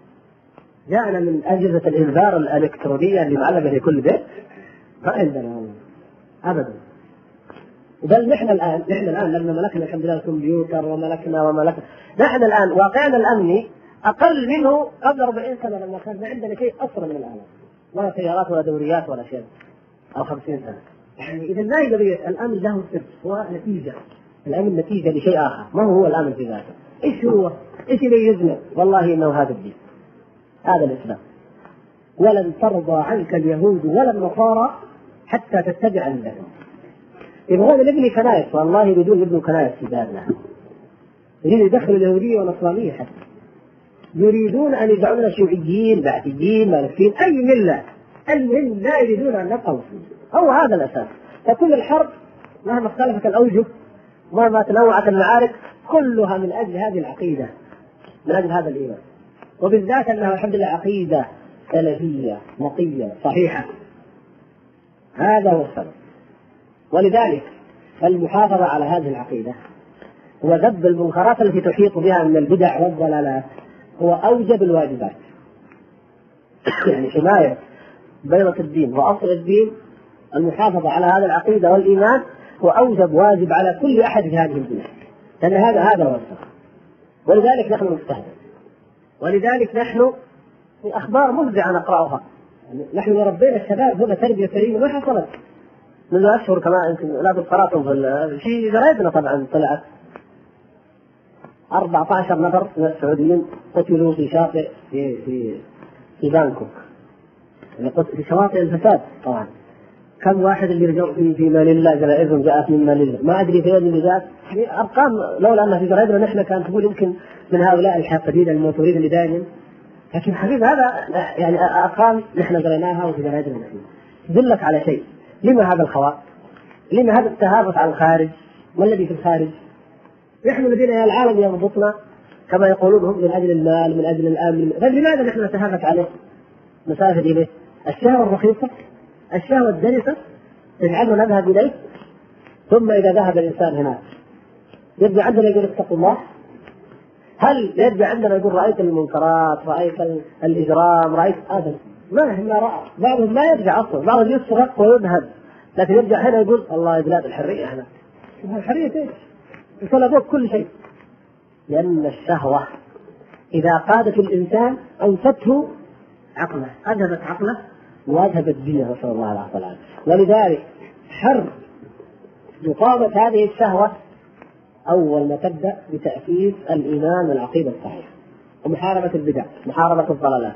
جاءنا من أجهزة الإنذار الإلكترونية اللي معلقة في كل بيت؟ ما عندنا أبدا. بل نحن الآن نحن الآن لما ملكنا الحمد لله الكمبيوتر وملكنا وملكنا، نحن الآن واقعنا الأمني أقل منه قبل أربعين سنة لما كان ما عندنا شيء أصلا من الآن، ولا سيارات ولا دوريات ولا شيء، أو خمسين سنة. يعني إذا ما هي قضية الأمن له سر، هو نتيجة. الأمن نتيجة لشيء آخر، ما هو الأمن في ذاته. إيش هو؟ إيش اللي يجمع؟ والله إنه هذا الدين، هذا الإسلام. ولن ترضى عنك اليهود ولا النصارى حتى تتبع ملتهم. يبغون نبني كنائس، والله يريدون يبنوا كنائس في بلادنا، يريدون يدخلوا اليهودية والنصرانية، حتى يريدون أن يجعلنا شيوعيين بعثيين مالكين أي ملة، المهم لا يريدون أن نبقى مسلمين. هو هذا الأساس. فكل الحرب مهما اختلفت الأوجه مهما تنوعت المعارك كلها من أجل هذه العقيدة، من أجل هذا الإيمان، وبالذات أنها الحمد لله عقيدة سلفية نقية صحيحة. هذا هو السبب. ولذلك المحافظة على هذه العقيدة وذب المنكرات التي تحيط بها من البدع والضلالات هو أوجب الواجبات. يعني حماية بيضة الدين وأصل الدين، المحافظة على هذه العقيدة والإيمان هو أوجب واجب على كل أحد في هذه البلاد، لأن هذا هذا هو السبب. ولذلك نحن نستهدف، ولذلك نحن في أخبار مفزعة نقرأها. نحن ربينا الشباب هنا تربية كريمة ما حصلت منذ أشهر، كما يمكن لا تذكراتهم في جرائدنا طبعا طلعت أربعة عشر نفر من السعوديين قتلوا في شاطئ في في في بانكوك، يعني في شواطئ الفساد. طبعا كم واحد اللي رجعوا في في مانيلا جرائدهم جاءت من مانيلا، ما أدري فين اللي جاءت، يعني أرقام لولا أنها في جرائدنا نحن كانت تقول يمكن من هؤلاء الحاقدين الموتورين اللي دائما. لكن حبيب هذا يعني أرقام نحن قريناها وفي جرائدنا نحن تدلك على شيء. لما هذا الخواء؟ لما هذا التهافت على الخارج؟ ما الذي في الخارج؟ نحن الذين العالم يربطنا كما يقولون هم من أجل المال من أجل الأمن، فلماذا نحن نتهافت عليه؟ مسافة إليه الشهوة الرخيصة، الشهوة الدنسة تجعلنا نذهب إليه. ثم إذا ذهب الإنسان هناك يبدأ عندنا يقول اتقوا الله. هل يبدأ عندنا يقول رأيت المنكرات، رأيت الإجرام، رأيت هذا؟ ما هم رأى. بعضهم ما يرجع أصلا، بعضهم يسرق ويذهب، لكن يرجع هنا يقول الله يا بلاد الحرية. هنا الحرية ايش؟ يطلبوك كل شيء، لأن الشهوة إذا قادت الإنسان أنفته عقله، أذهبت عقله وأذهبت دينه، نسأل الله العافية والعافية. ولذلك حرب مقاومة هذه الشهوة أول ما تبدأ بتأسيس الإيمان والعقيدة الصحيحة، ومحاربة البدع، محاربة الضلالات،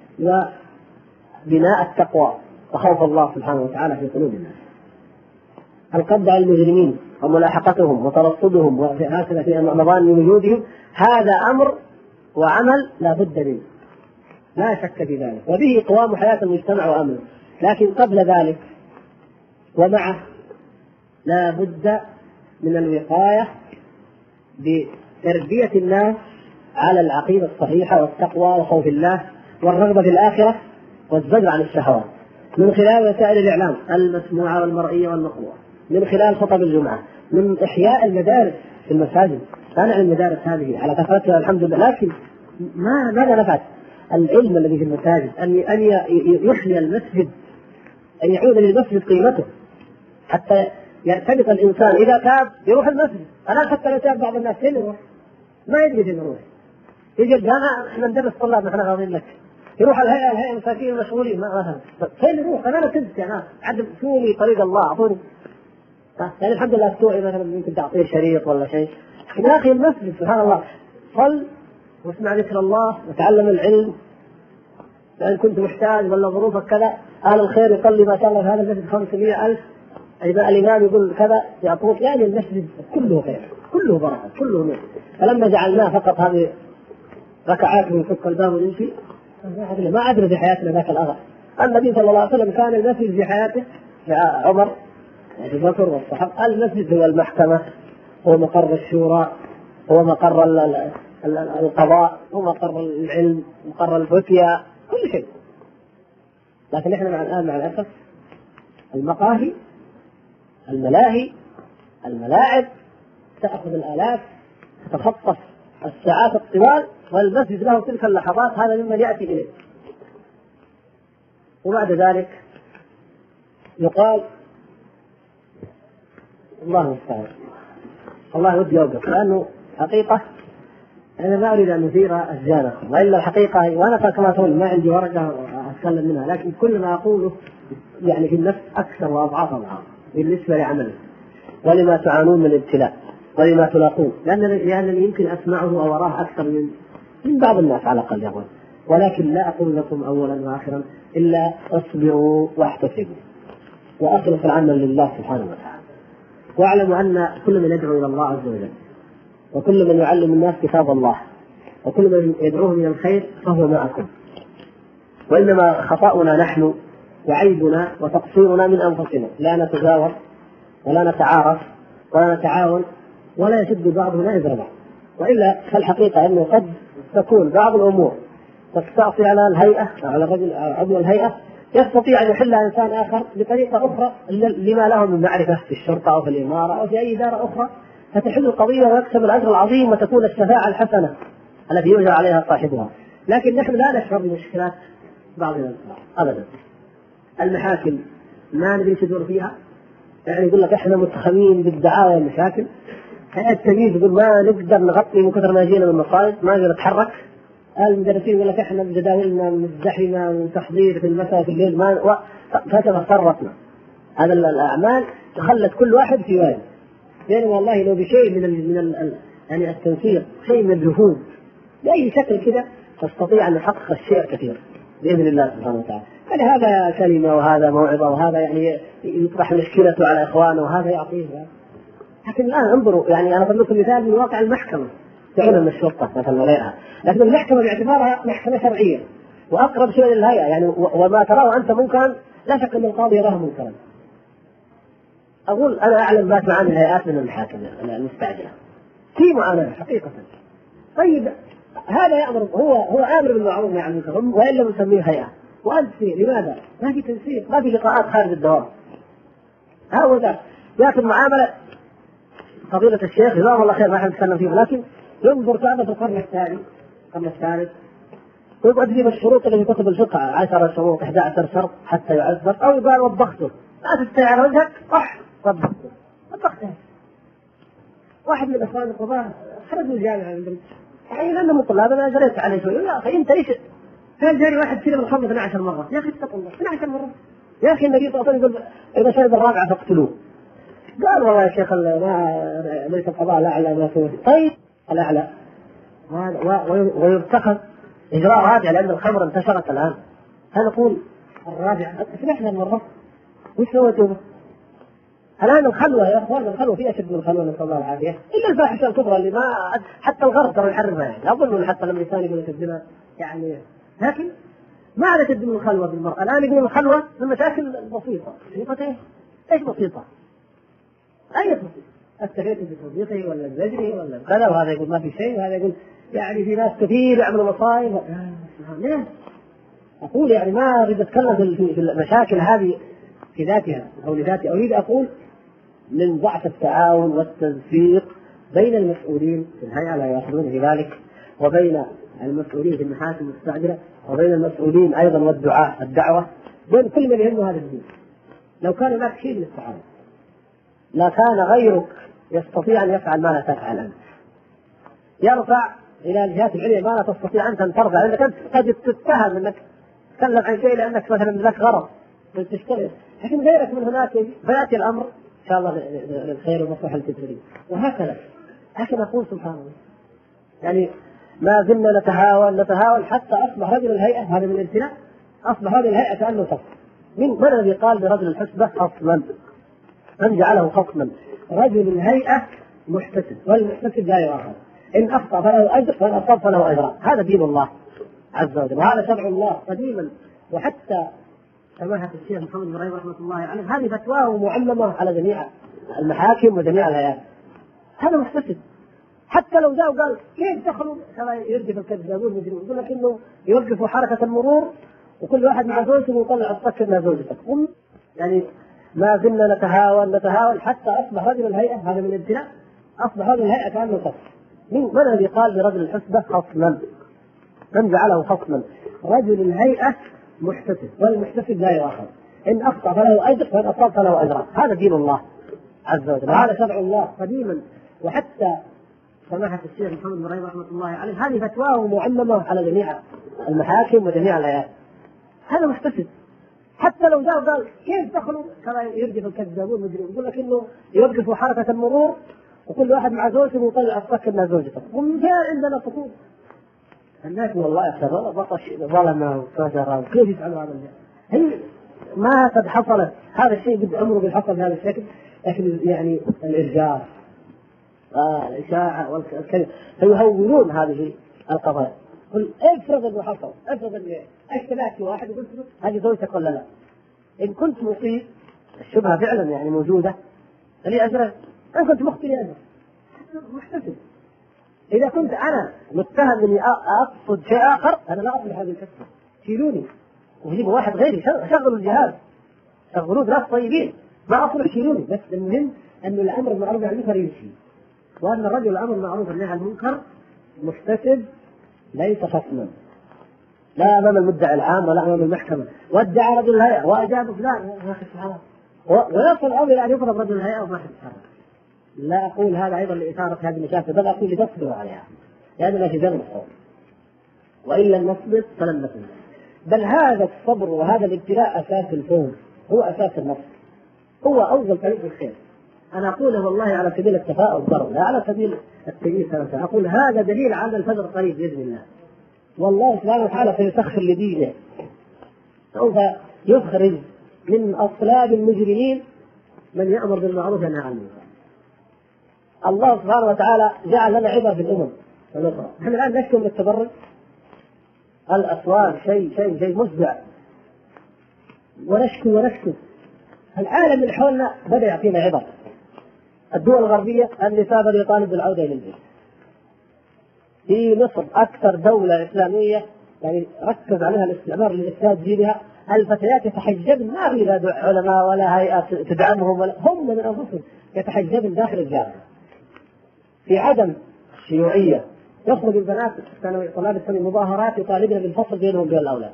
وبناء التقوى وخوف الله سبحانه وتعالى في قلوب الناس. القبض على المجرمين وملاحقتهم وترصدهم وهكذا في مظان وجودهم، هذا أمر وعمل لا بد منه، لا شك في ذلك، وبه قوام حياة المجتمع وأمنه. لكن قبل ذلك ومعه لا بد من الوقاية بتربية الناس على العقيدة الصحيحة والتقوى وخوف الله والرغبة في الآخرة والزجر عن الشهوات، من خلال وسائل الإعلام المسموعة والمرئية والمقروءة، من خلال خطب الجمعة، من إحياء المدارس في المساجد. أنا المدارس هذه على كثرتها الحمد لله، لكن ما ماذا نفعت؟ العلم الذي في المساجد أن أن يحيي المسجد، أن يعود للمسجد قيمته، حتى يرتبط الإنسان إذا تاب يروح المسجد. أنا حتى لو تاب بعض الناس فين يروح؟ ما يدري فين يروح. يجي الجامعة احنا ندرس طلاب نحن راضين لك، يروح الهيئة الهيئة المساكين المشغولين مثلا، فين يروح؟ أنا كنت يعني عدم سوني طريق الله أعطوني، يعني الحمد لله السوء مثلا يمكن تعطيه شريط ولا شيء. يا أخي المسجد سبحان الله، صل واسمع ذكر الله وتعلم العلم لأن كنت محتاج ولا ظروفك كذا، أهل الخير يصلي ما شاء الله في هذا المسجد خمسمائة ألف، إذا الإمام يقول كذا يعطوك، يعني المسجد كله خير كله بركة كله نور. فلما جعلناه فقط هذه ركعات ويفك الباب ويمشي، ما أدري في حياتنا ذاك الأغر. النبي صلى الله عليه وسلم كان المسجد في حياته عمر وأبي بكر والصحابة، المسجد هو المحكمة، هو مقر الشورى، هو مقر القضاء، هو مقر العلم، مقر الفتيا، كل شيء. لكن احنا مع الآن مع الأسف المقاهي، الملاهي، الملاعب تأخذ الآلاف، تتخطف الساعات الطوال، والمسجد له تلك اللحظات، هذا ممن يأتي إليه. وبعد ذلك يقال الله المستعان، الله ودي يوقف، لأنه حقيقة أنا ما أريد أن أثير أشجانكم، وإلا الحقيقة وأنا كما تقول ما عندي ورقة أتكلم منها، لكن كل ما أقوله يعني في النفس أكثر وأضعاف أضعاف بالنسبة لعمله ولما تعانون من الابتلاء ولما تلاقون، لأنني يعني يمكن أسمعه أو أراه أكثر من من بعض الناس على الأقل يقول، ولكن لا أقول لكم أولا وآخرا إلا اصبروا واحتسبوا وأخلصوا العمل لله سبحانه وتعالى، واعلموا أن كل من يدعو إلى الله عز وجل، وكل من يعلم الناس كتاب الله، وكل من يدعوهم إلى الخير فهو معكم، وإنما خطأنا نحن وعيبنا وتقصيرنا من أنفسنا، لا نتجاور ولا نتعارف ولا نتعاون ولا يشد بعضنا إزر بعض. وإلا فالحقيقة أنه قد تكون بعض الأمور تستعصي على الهيئة أو على الرجل أو عضو الهيئة، يستطيع أن يحلها إنسان آخر بطريقة أخرى لما له من معرفة في الشرطة أو في الإمارة أو في أي إدارة أخرى، فتحل القضية ويكسب الأجر العظيم وتكون الشفاعة الحسنة التي يؤجر عليها صاحبها. لكن نحن لا نشعر بمشكلات بعضنا أبدا. المحاكم ما ندري تدور فيها، يعني يقول لك احنا متخمين بالدعاوى والمشاكل، هيئة التمييز يقول ما نقدر نغطي من كثر ما جينا من المصائب، ما نقدر نتحرك. المدرسين يقول لك احنا بجداولنا مزدحمة من تحضير في المساء في الليل، ما فتفرطنا. هذا الأعمال خلت كل واحد في وادي، يعني والله لو بشيء من ال من ال يعني التنسيق، شيء من الجهود بأي شكل كذا تستطيع أن تحقق الشيء الكثير بإذن الله سبحانه وتعالى. يعني هذا كلمة وهذا موعظة وهذا يعني يطرح مشكلته على إخوانه وهذا يعطيه. لكن الآن انظروا، يعني أنا أضرب لكم مثال من واقع المحكمة، تعلم من الشرطة مثلا وغيرها، لكن المحكمة باعتبارها محكمة شرعية وأقرب شيء للهيئة، يعني وما تراه أنت منكرا لا شك أن القاضي يراه منكرا. أقول أنا أعلم ما تعاني الهيئات من المحاكم المستعجلة في معاناة حقيقة. طيب هذا يأمر، هو هو آمر بالمعروف والنهي عن المنكر وإن لم نسميه هيئة، وأنت لماذا؟ ما في تنسيق، ما في لقاءات خارج الدوام. هذا ذاك لكن معاملة فضيلة الشيخ جزاه الله خير ما احنا نتكلم فيه، لكن ينظر كذا في القرن الثاني القرن الثالث ويقعد يجيب الشروط اللي في كتب الفقه عشر شروط أحد عشر شرط حتى يعذر، أو قال وبخته لا تستطيع على وجهك صح وبخته وبخته. واحد من الإخوان القضاة خرج من الجامعة عندنا يعني لأنه من طلاب أنا جريت عليه شوي، يا أخي أنت إيش كان جاري واحد كذا بالخمر اثنتي عشرة مرة، يا أخي اتقوا الله اثنتي عشرة مرة، يا أخي النبي صلى الله عليه وسلم يقول إذا شرب الرابعة فاقتلوه. قال والله يا شيخ ما ليس القضاء الأعلى ما فيه. طيب الأعلى ويتخذ إجراء رابع لأن الخمر انتشرت الآن، هل نقول الرابعة سمحنا المرة وش سويتوا؟ الآن الخلوة يا أخوان، الخلوة في أشد من الخلوة نسأل الله العافية، إلا الفاحشة الكبرى اللي ما حتى الغرب ترى يحرمها، يعني أظن حتى لما الإنسان يقول الزنا يعني، لكن ما على شد من الخلوة بالمرأة. الآن يقول الخلوة من مشاكل بسيطة، بسيطة إيه؟ إيش بسيطة؟ أي بسيطة؟ التفيت بصديقه ولا الزجري ولا كذا، وهذا يقول ما في شيء وهذا يقول يعني في ناس كثير يعملوا مصايب. ليه؟ أقول يعني ما أريد أتكلم في المشاكل هذه في ذاتها أو لذاتها، أريد أقول من ضعف التعاون والتنسيق بين المسؤولين في الهيئة لا يأخذون في ذلك، وبين المسؤولين في المحاكم المستعجلة، وبين المسؤولين أيضا والدعاء الدعوة، بين كل من يهمه هذا الدين. لو كان هناك شيء من التعاون لا كان غيرك يستطيع أن يفعل ما لا تفعل أنت، يرفع إلى الجهات العليا ما لا تستطيع أنت أن ترفع، لأنك أنت قد تتهم أنك تتكلم عن شيء لأنك مثلا لك غرض تشتغل، لكن غيرك من هناك فيأتي الأمر إن شاء الله للخير والمصلحة التي تريد، وهكذا. لكن أقول سبحان الله يعني ما زلنا نتهاون نتهاون حتى أصبح رجل الهيئة، هذا من الامتناع، أصبح هذه الهيئة كأنه خصم. من من الذي قال لرجل الحسبة خصما؟ من جعله خصما؟ رجل الهيئة محتسب، والمحتسب لا يؤاخذ، إن أخطأ فله أجر وإن أصاب فله أجران. هذا دين الله عز وجل، وهذا شرع الله قديما. وحتى سماحة الشيخ محمد بن إبراهيم رحمة الله عليه هذه فتواه معلمة على جميع المحاكم وجميع الهيئات. هذا محتسب، حتى لو جاء وقال كيف دخلوا كما يرجف الكذابون المجرمون، يقول لك انه يوقفوا حركة المرور وكل واحد مع زوجته ويطلع الطكر من زوجته. يعني ما زلنا نتهاون نتهاون حتى أصبح رجل الهيئة، هذا من الامتناع، أصبح رجل الهيئة كأنه خصم. من من الذي قال لرجل الحسبة خصما؟ من جعله خصما؟ رجل الهيئة محتسب، والمحتسب لا يؤاخذ، إن أخطأ فله أجر وإن أصاب فله أجران. هذا دين الله عز وجل، وهذا شرع الله قديما. وحتى سماحة الشيخ محمد بن إبراهيم رحمة الله عليه هذه فتواه معلمة على جميع المحاكم وجميع الهيئات. هذا محتسب، حتى لو جاء وقال كيف دخلوا كما يرجف الكذابون المجرمون، يقول لك انه يوقفوا حركة المرور وكل واحد مع زوجته ويطلع الطكر من زوجته. وجاء عندنا فصول الناس والله يحسبون بطش ظلمه وفجر، كيف يفعلوا هذا الشيء؟ هي ما قد حصلت، هذا الشيء قد عمره قد حصل بهذا الشكل، لكن يعني الإرجاف آه الإشاعة والكذب فيهونون هذه القضايا. قل افرض انه حصل، افرض اني اشتبهت واحد وقلت له هذه زوجتك ولا لا؟ ان كنت مصيب الشبهه فعلا يعني موجوده فلي اجرين، ان كنت مخطئ لي اجر محتسب. اذا كنت انا متهم اني اقصد شيء اخر انا لا اصلح هذه الكسبه، شيلوني وجيبوا واحد غيري، شغلوا الجهاز، شغلوا ناس طيبين، ما اصلح شيلوني. بس المهم ان الامر بالمعروف والنهي عن المنكر يمشي، وان الرجل الامر بالمعروف والنهي عن المنكر محتسب ليس خصما، لا امام المدعي العام ولا امام المحكمه. وادعى رجل الهيئه واجاب فلان يا اخي سبحان الله، ويصل الامر الى ان يفرض رجل الهيئه وما حد يتحرك. لا اقول هذا ايضا لاثاره هذه المشاكل، بل اقول لتصبروا عليها لاننا في زمن الصبر، وان لم نصبر فلن نصبر. بل هذا الصبر وهذا الابتلاء اساس الفوز، هو اساس النصر، هو اول طريق الخير. انا اقوله والله على سبيل التفاؤل ضرب، لا على سبيل التمييز. اقول هذا دليل على الفجر قريب باذن الله، والله سبحانه وتعالى سيسخر لدينه، سوف يخرج من اصلاب المجرمين من يامر بالمعروف وينهى عن المنكر. الله سبحانه وتعالى جعل لنا عبره في الامم ونقرا. نحن الان نشكو من التبرج، الاصوات شيء شيء شيء مفزع، ونشكو ونشكو. العالم من حولنا بدا يعطينا عبر. الدول الغربيه النساء بدا يطالب بالعوده الى البيت. في مصر أكثر دولة إسلامية يعني ركز عليها الاستعمار لإفساد دينها، الفتيات يتحجبن، ما في لا علماء ولا هيئات تدعمهم ولا هم من أنفسهم يتحجبن داخل الجامعة. في عدم الشيوعية يخرج البنات طلاب السنة مظاهرات يطالبن بالفصل بينهم وبين الأولاد.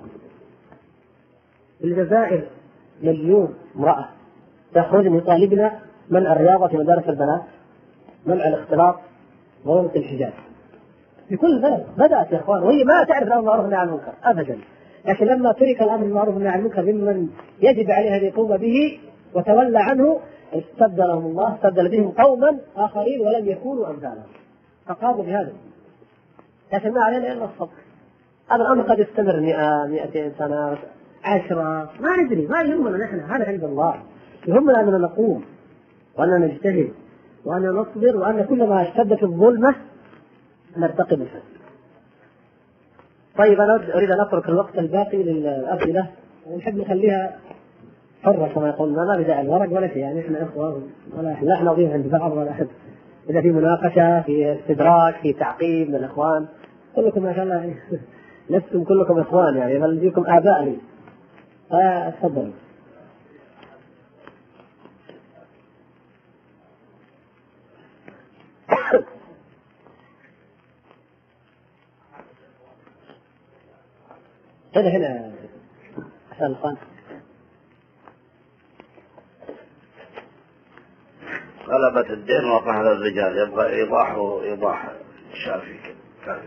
في الجزائر مليون امرأة تخرج يطالبن منع الرياضة في مدارس البنات، منع الاختلاط وضرورة الحجاب. في كل بلد بدأت يا اخوان، وهي ما تعرف الامر بالمعروف والنهي عن المنكر ابدا، لكن لما ترك الامر بالمعروف والنهي عن المنكر ممن يجب عليه ان يقوم به وتولى عنه استبدلهم الله، استبدل بهم قوما اخرين ولم يكونوا امثالهم فقاموا بهذا. لكن ما علينا الا الصبر. هذا الامر قد يستمر مئة مئتين سنه عشرة، ما ندري، ما يهمنا نحن، هذا عند الله. يهمنا اننا نقوم واننا نجتهد واننا نصبر، وان كلما اشتدت الظلمه نرتقي بالحسن. طيب أنا أريد أن أترك الوقت الباقي للأسئلة، ونحب نخليها حرة كما يقولون، ما بدأ الورق ولا شيء، يعني إحنا إخوة ولا إحنا لا نضيع عند بعض ولا أحد. إذا في مناقشة، في استدراك، في تعقيب من الإخوان، كلكم ما شاء الله لستم كلكم إخوان يعني، بل فيكم آباء لي، فتفضلوا. هنا هنا عشان الخان غلبة الدين وقع على الرجال، يبغى إيضاح وإيضاح شافي كافي.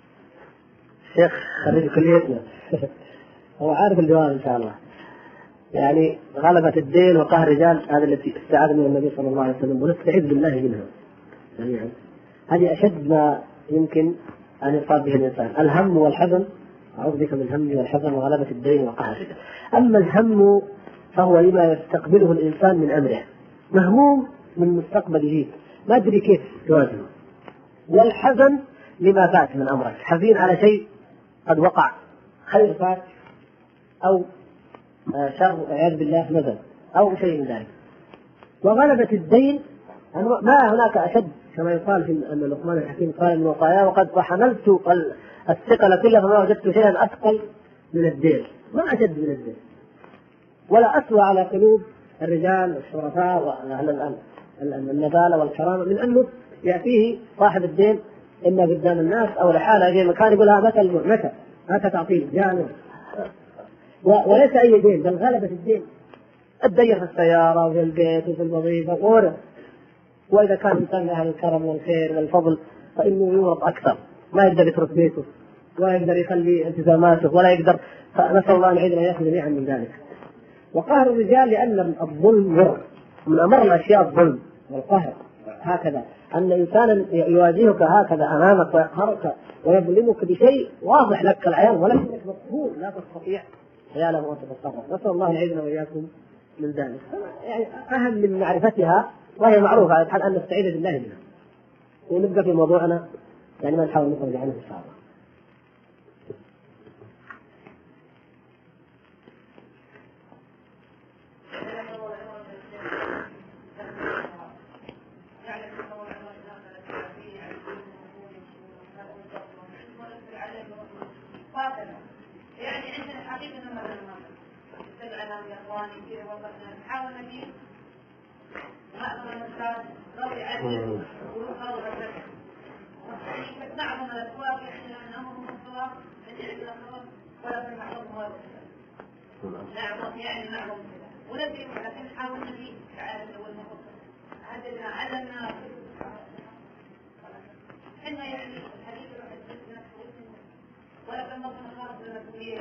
شيخ خريج كليتنا هو عارف الجواب إن شاء الله. يعني غلبة الدين وقهر الرجال هذا التي استعاذ من النبي صلى الله عليه وسلم، ونستعيذ بالله منها جميعا. هذه أشد ما يمكن أن يصاب به الإنسان، الهم والحزن. أعوذ بك من الهم والحزن وغلبة الدين وقهر الرجال. أما الهم فهو لما يستقبله الإنسان من أمره، مهموم من مستقبله ما أدري كيف تواجهه. والحزن لما فات من أمرك، حزين على شيء قد وقع، خير فات أو شر والعياذ بالله نزل أو شيء من ذلك. وغلبة الدين ما هناك أشد، كما يقال في أن لقمان الحكيم قال من وصاياه وقد وحملت الثقل كله فما وجدت شيئا أثقل من الدين. ما أشد من الدين ولا أسوأ على قلوب الرجال والشرفاء وأهل النبالة والكرامة من أنه يأتيه صاحب الدين إما قدام الناس أو لحاله في مكان يقولها متى متى متى تعطيه جانب، وليس أي دين بل غلبة الدين. الدين في السيارة وفي البيت وفي الوظيفة وغيره. وإذا كان إنسان أهل الكرم والخير والفضل فإنه يورط أكثر، ما يقدر يترك بيته ولا يقدر يخلي التزاماته ولا يقدر، فنسأل الله أن يعيذنا وإياكم جميعا من ذلك. وقهر الرجال لأن الظلم مر، من أمر الأشياء الظلم والقهر، هكذا أن إنسانا يواجهك هكذا أمامك ويقهرك ويظلمك بشيء واضح لك العيان ولكنك مقهور لا تستطيع حياله وأنت تتصرف. نسأل الله أن يعيذنا وإياكم من ذلك. يعني أهم من معرفتها وهي معروفة على حال أن نستعيذ بالله منها. ونبقى في موضوعنا يعني ما نحاول نخرج عنه إن شاء الله. يعني عندنا حقيقة مثلا استدعنا الإخوان كثير وقتنا نحاول نجيب معظم المسائل ضوي عليه ويقرأوا الرسالة نعظم الأسواق يعني أمرهم الصواب من عندنا خبر ولا في معظمهم هذا نعظم يعني نعظم ونبي لكن نحاول نجيب تعالى والمخصص هذا عدنا إحنا يعني الحديث الحديث ولكن نظن خاص المسؤولية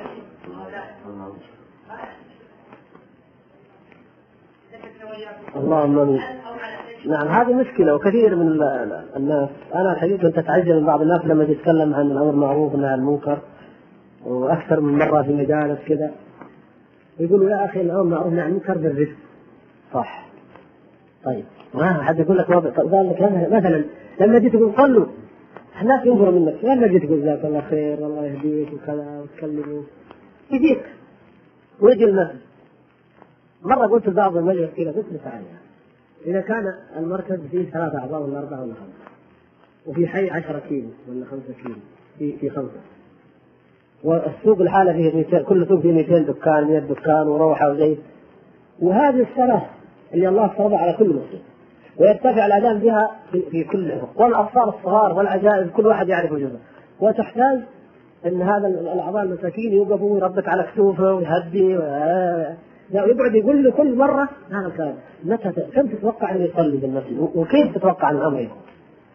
اللهم امين. نعم هذه مشكلة وكثير من الناس. أنا الحقيقة كنت أتعجب من بعض الناس لما يتكلم عن الأمر المعروف والنهي عن المنكر وأكثر من مرة في مجالس كذا يقولوا يا أخي الأمر معروف والنهي عن المنكر بالرزق. صح. طيب ما حد يقول لك قال لك مثلا لما جيت تقول صلوا الناس ينظروا منك، لما جيت تقول جزاك الله خير والله يهديك وكذا وتكلموا يجيك ويجي المسجد. مرة قلت لبعض المجلس كذا قلت له تعالى إذا كان المركز فيه ثلاثة أعضاء ولا أربعة ولا خمسة وفي حي عشرة كيلو ولا خمسة كيلو في في خمسة والسوق الحالة فيه مئتين، كل سوق فيه مئتين دكان مئة دكان وروحة وزيت، وهذه الصلاة اللي الله فرضها على كل مسلم ويرتفع الأذان بها في, في كل الأفق والأطفال الصغار والعجائز كل واحد يعرف وجوده، وتحتاج أن هذا الأعضاء المساكين يوقفوا يربك على كتوفه ويهدي ويقعد يقول له كل مرة هذا الكلام. متى كم تتوقع أن يصلي بالمسجد وكيف تتوقع أن الأمر يكون؟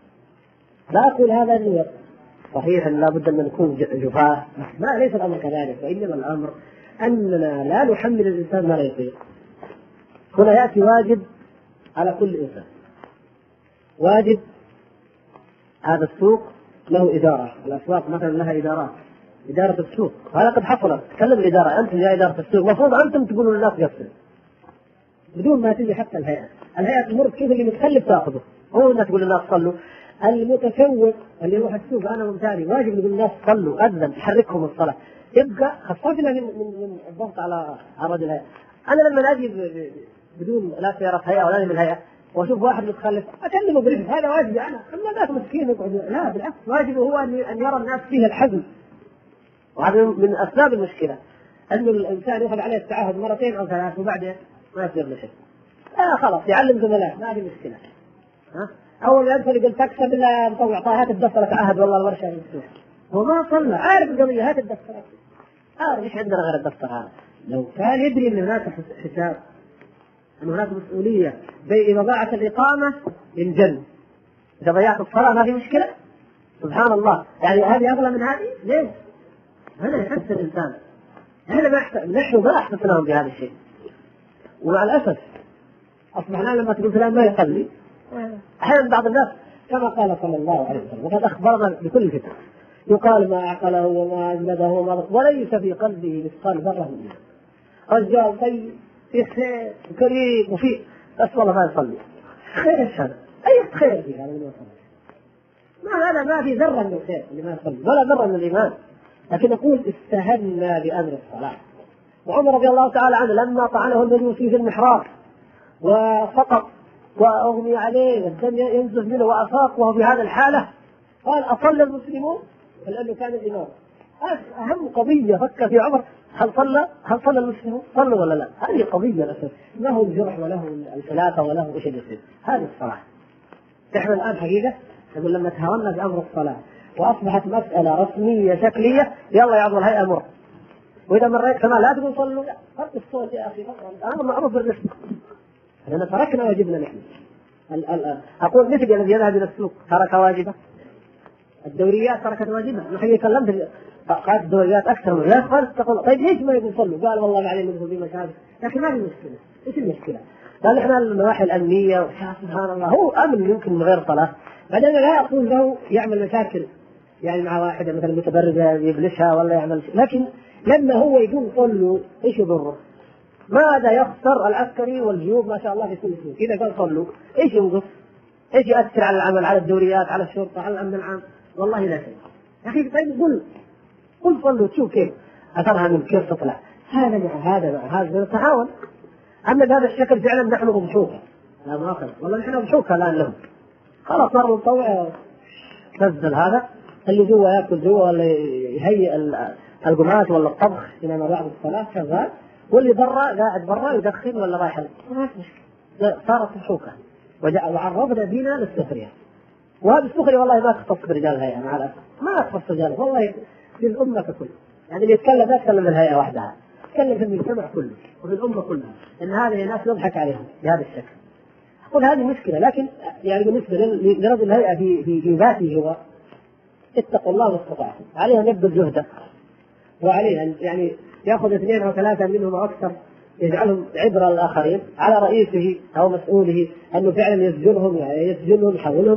لا أقول هذا أنه صحيح أن لا بد أن نكون جفاة، ما ليس الأمر كذلك، وإنما الأمر أننا لا نحمل الإنسان ما لا يطيق. هنا يأتي واجب على كل إنسان، واجب هذا السوق له إدارة، الأسواق مثلا لها إدارات، إدارة السوق هذا قد حصلت، تكلم الإدارة أنتم يا إدارة السوق مفروض أنتم تقولوا للناس قصر بدون ما تجي حتى الهيئة، الهيئة تمر كيف اللي متخلف تأخذه، هو الناس تقول للناس صلوا. المتسوق اللي يروح السوق أنا ممتالي واجب نقول للناس صلوا أذن يحركهم الصلاة، يبقى خففنا من, من الضغط على عرض الهيئة. أنا لما أجي بدون لا سيارة هيئة ولا من الهيئة وأشوف واحد متخلف أكلمه برفق، هذا واجبي أنا، أما ذاك مسكين يقعد، لا بالعكس واجبه هو أن يرى الناس فيه الحزم. وهذا من أسباب المشكلة أن الإنسان يأخذ عليه التعهد مرتين أو ثلاث وبعدين ما يصير له شيء. آه خلاص يعلم زملائه ما في مشكلة. ها أول ما يدخل يقول تكسب إلا مطوع طيب هات الدفتر لك عهد والله الورشة مفتوحة. هو ما صلى عارف القضية هات الدفتر. آه مش عندنا غير الدفتر هذا. لو كان يدري أن هناك حساب أن هناك مسؤولية زي إذا ضاعت الإقامة ينجن، إذا ضيعت الصلاة ما في مشكلة. سبحان الله، يعني هذه أغلى من هذه؟ ليه؟ هذا يحس الإنسان، هذا ما يحس، نحن ما أحسسناهم بهذا الشيء. ومع الأسف أصبح الآن لما تقول فلان ما يصلي أحيانا بعض الناس كما قال صلى الله عليه وسلم وقد أخبرنا بكل فتنة يقال ما عقله وما أجلده وما وليس في قلبه مثقال ذرة من إيمان. رجال طيب في خير وكريم وفي بس والله ما يصلي. خير ايش هذا؟ أي خير في هذا اللي ما يصلي؟ ما هذا ما في ذرة من الخير اللي ما يصلي ولا ذرة من الإيمان. لكن نقول استهنا بأمر الصلاة. وعمر رضي الله تعالى عنه لما طعنه المجوسي في المحراب وسقط وأغمي عليه والدم ينزف منه وأفاق وهو في هذه الحالة قال أصلى المسلمون؟ لأنه كان الإمام. أهم قضية فكر في عمر هل صلى هل صلى المسلمون؟ صلوا ولا لا؟ هذه قضية الأساس له الجرح وله الخلافة وله إيش يصير. هذه الصلاة. إحنا الآن حقيقة نقول لما تهاونا بأمر الصلاة وأصبحت مسألة رسمية شكلية يلا يا عبد الهيئة أمر. وإذا مريت كمان لا تقول صلوا لا فرق الصوت يا أخي أمر معروف بالرسم. لأن تركنا واجبنا نحن. أقول مثل الذي يذهب إلى السوق ترك واجبه. الدوريات تركت واجبها. نحن كلمت قاعدة الدوريات أكثر من لا قال تقول طيب ليش ما يقول صلوا؟ قال والله عليه ندخل في مشاكل. لكن ما في مشكلة. إيش المشكلة؟ قال إحنا النواحي الأمنية سبحان الله هو أمن يمكن من غير صلاة. بعدين لا أقول له يعمل مشاكل يعني مع واحدة مثلا متبرجة يبلشها ولا يعمل شيء. لكن لما هو يقول صلوا إيش يضره؟ ماذا يخسر العسكري والجيوب ما شاء الله في كل شيء؟ إذا قال صلوا إيش ينقص؟ إيش يأثر على العمل على الدوريات على الشرطة على الأمن العام؟ والله لا شيء. يا أخي طيب قل قل صلوا تشوف كيف أثرها من كيف تطلع. هذا مع هذا مع هذا نتعاون. أما بهذا الشكل فعلا نحن مضحوكة لا مؤاخذة والله نحن مضحوكة الآن لهم. خلاص صار متطوع نزل هذا اللي جوا يأكل جوا ولا يهيئ القماش ولا الطبخ إلى ما بعد الصلاة شغال واللي برا قاعد برا يدخن ولا رايح صارت مضحوكة. وعرضنا بنا للسخرية. وهذه السخرية والله ما تختص برجال الهيئة مع الأسف ما تختص رجال والله في الأمة ككل. يعني اللي يتكلم لا يتكلم بالهيئة وحدها يتكلم في المجتمع كله وفي الأمة كلها إن هذه الناس يضحك عليهم بهذا الشكل. أقول هذه مشكلة. لكن يعني بالنسبة لرجل الهيئة في في في ذاته هو اتقوا الله واستطاعوا عليه أن يبذل جهده وعليه أن يعني يأخذ اثنين أو ثلاثة منهم أو أكثر يجعلهم عبرة للآخرين على رئيسه أو مسؤوله أنه فعلا يسجنهم يعني يسجنهم يحولهم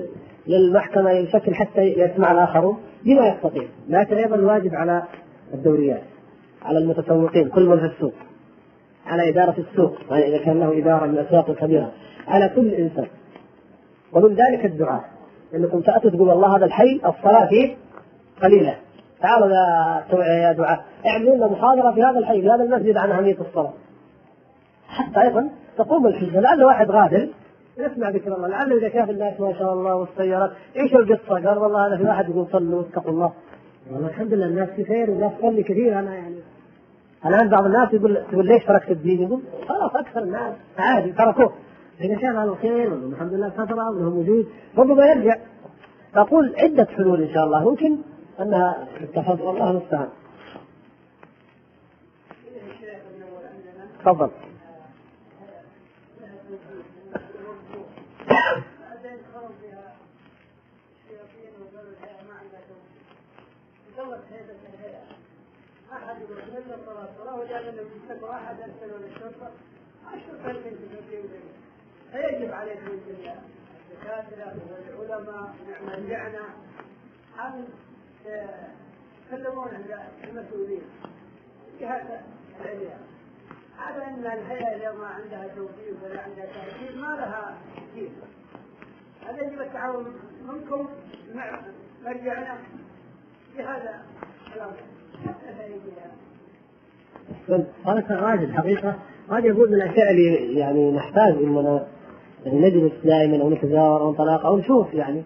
للمحكمة بشكل حتى يسمع الآخرون بما يستطيع. لكن أيضا الواجب على الدوريات على المتسوقين كل من في السوق على إدارة السوق إذا كان له إدارة من الأسواق الكبيرة على كل إنسان. ومن ذلك الدعاء أنكم تأتوا تقول الله هذا الحي الصلاة فيه قليلة تعالوا يا توعية يا دعاء اعملوا لنا محاضرة في هذا الحي في هذا المسجد عن أهمية الصلاة حتى أيضا تقوم الحجة. لعل واحد غافل يسمع ذكر الله لعل إذا شاف الناس ما شاء الله والسيارات إيش القصة قال والله أنا في واحد يقول صلوا واتقوا الله والله الحمد لله الناس في خير والناس تصلي كثير. أنا يعني الآن بعض الناس يقول تقول ليش تركت الدين؟ يقول خلاص أكثر الناس عادي تركوه إذا شاف هذا الخير والحمد لله فترة وله موجود ربما يرجع. أقول عدة حلول إن شاء الله ممكن أنها تتخذ والله المستعان. تفضل. فيجب عليكم الدكاترة والعلماء مرجعنا أن تكلمون عند المسؤولين في هذا العلم. هذا أن الحياة اليوم عندها توفيق ولا عندها تأثير ما لها كثير. هذا يجب التعاون منكم مع مرجعنا في هذا الأمر. هذا راجل حقيقة هذا يقول من الأشياء اللي يعني نحتاج إننا نجلس دائما أو نتزاور أو نطلق أو نشوف يعني.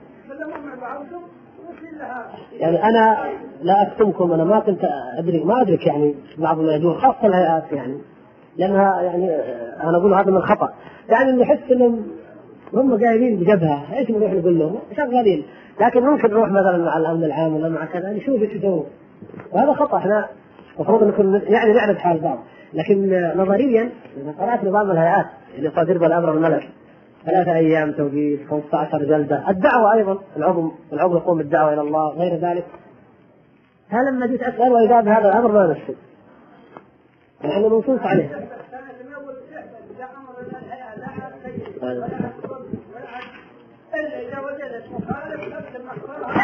يعني أنا لا أكتمكم أنا ما كنت أدرك ما أدرك يعني بعض ما يدور خاصة الهيئات يعني لأنها يعني أنا أقول هذا من الخطأ يعني نحس إنهم هم قايلين بجبهة إيش نروح نقول لهم شغالين. لكن ممكن نروح مثلا مع الأمن العام ولا مع كذا نشوف إيش يسوون وهذا خطأ. إحنا المفروض نكون يعني نعرف حال بعض. لكن نظريا إذا قرأت نظام الهيئات اللي صادر بالأمر الملك ثلاثة أيام توقيف خمسة عشر جلدة الدعوة أيضا العضو العضو يقوم بالدعوة إلى الله غير ذلك. هل لما جيت أسأل وإذا هذا الأمر ما نفسه يعني منصوص عليه إلا إذا وجدت مخالف نفس المحصرة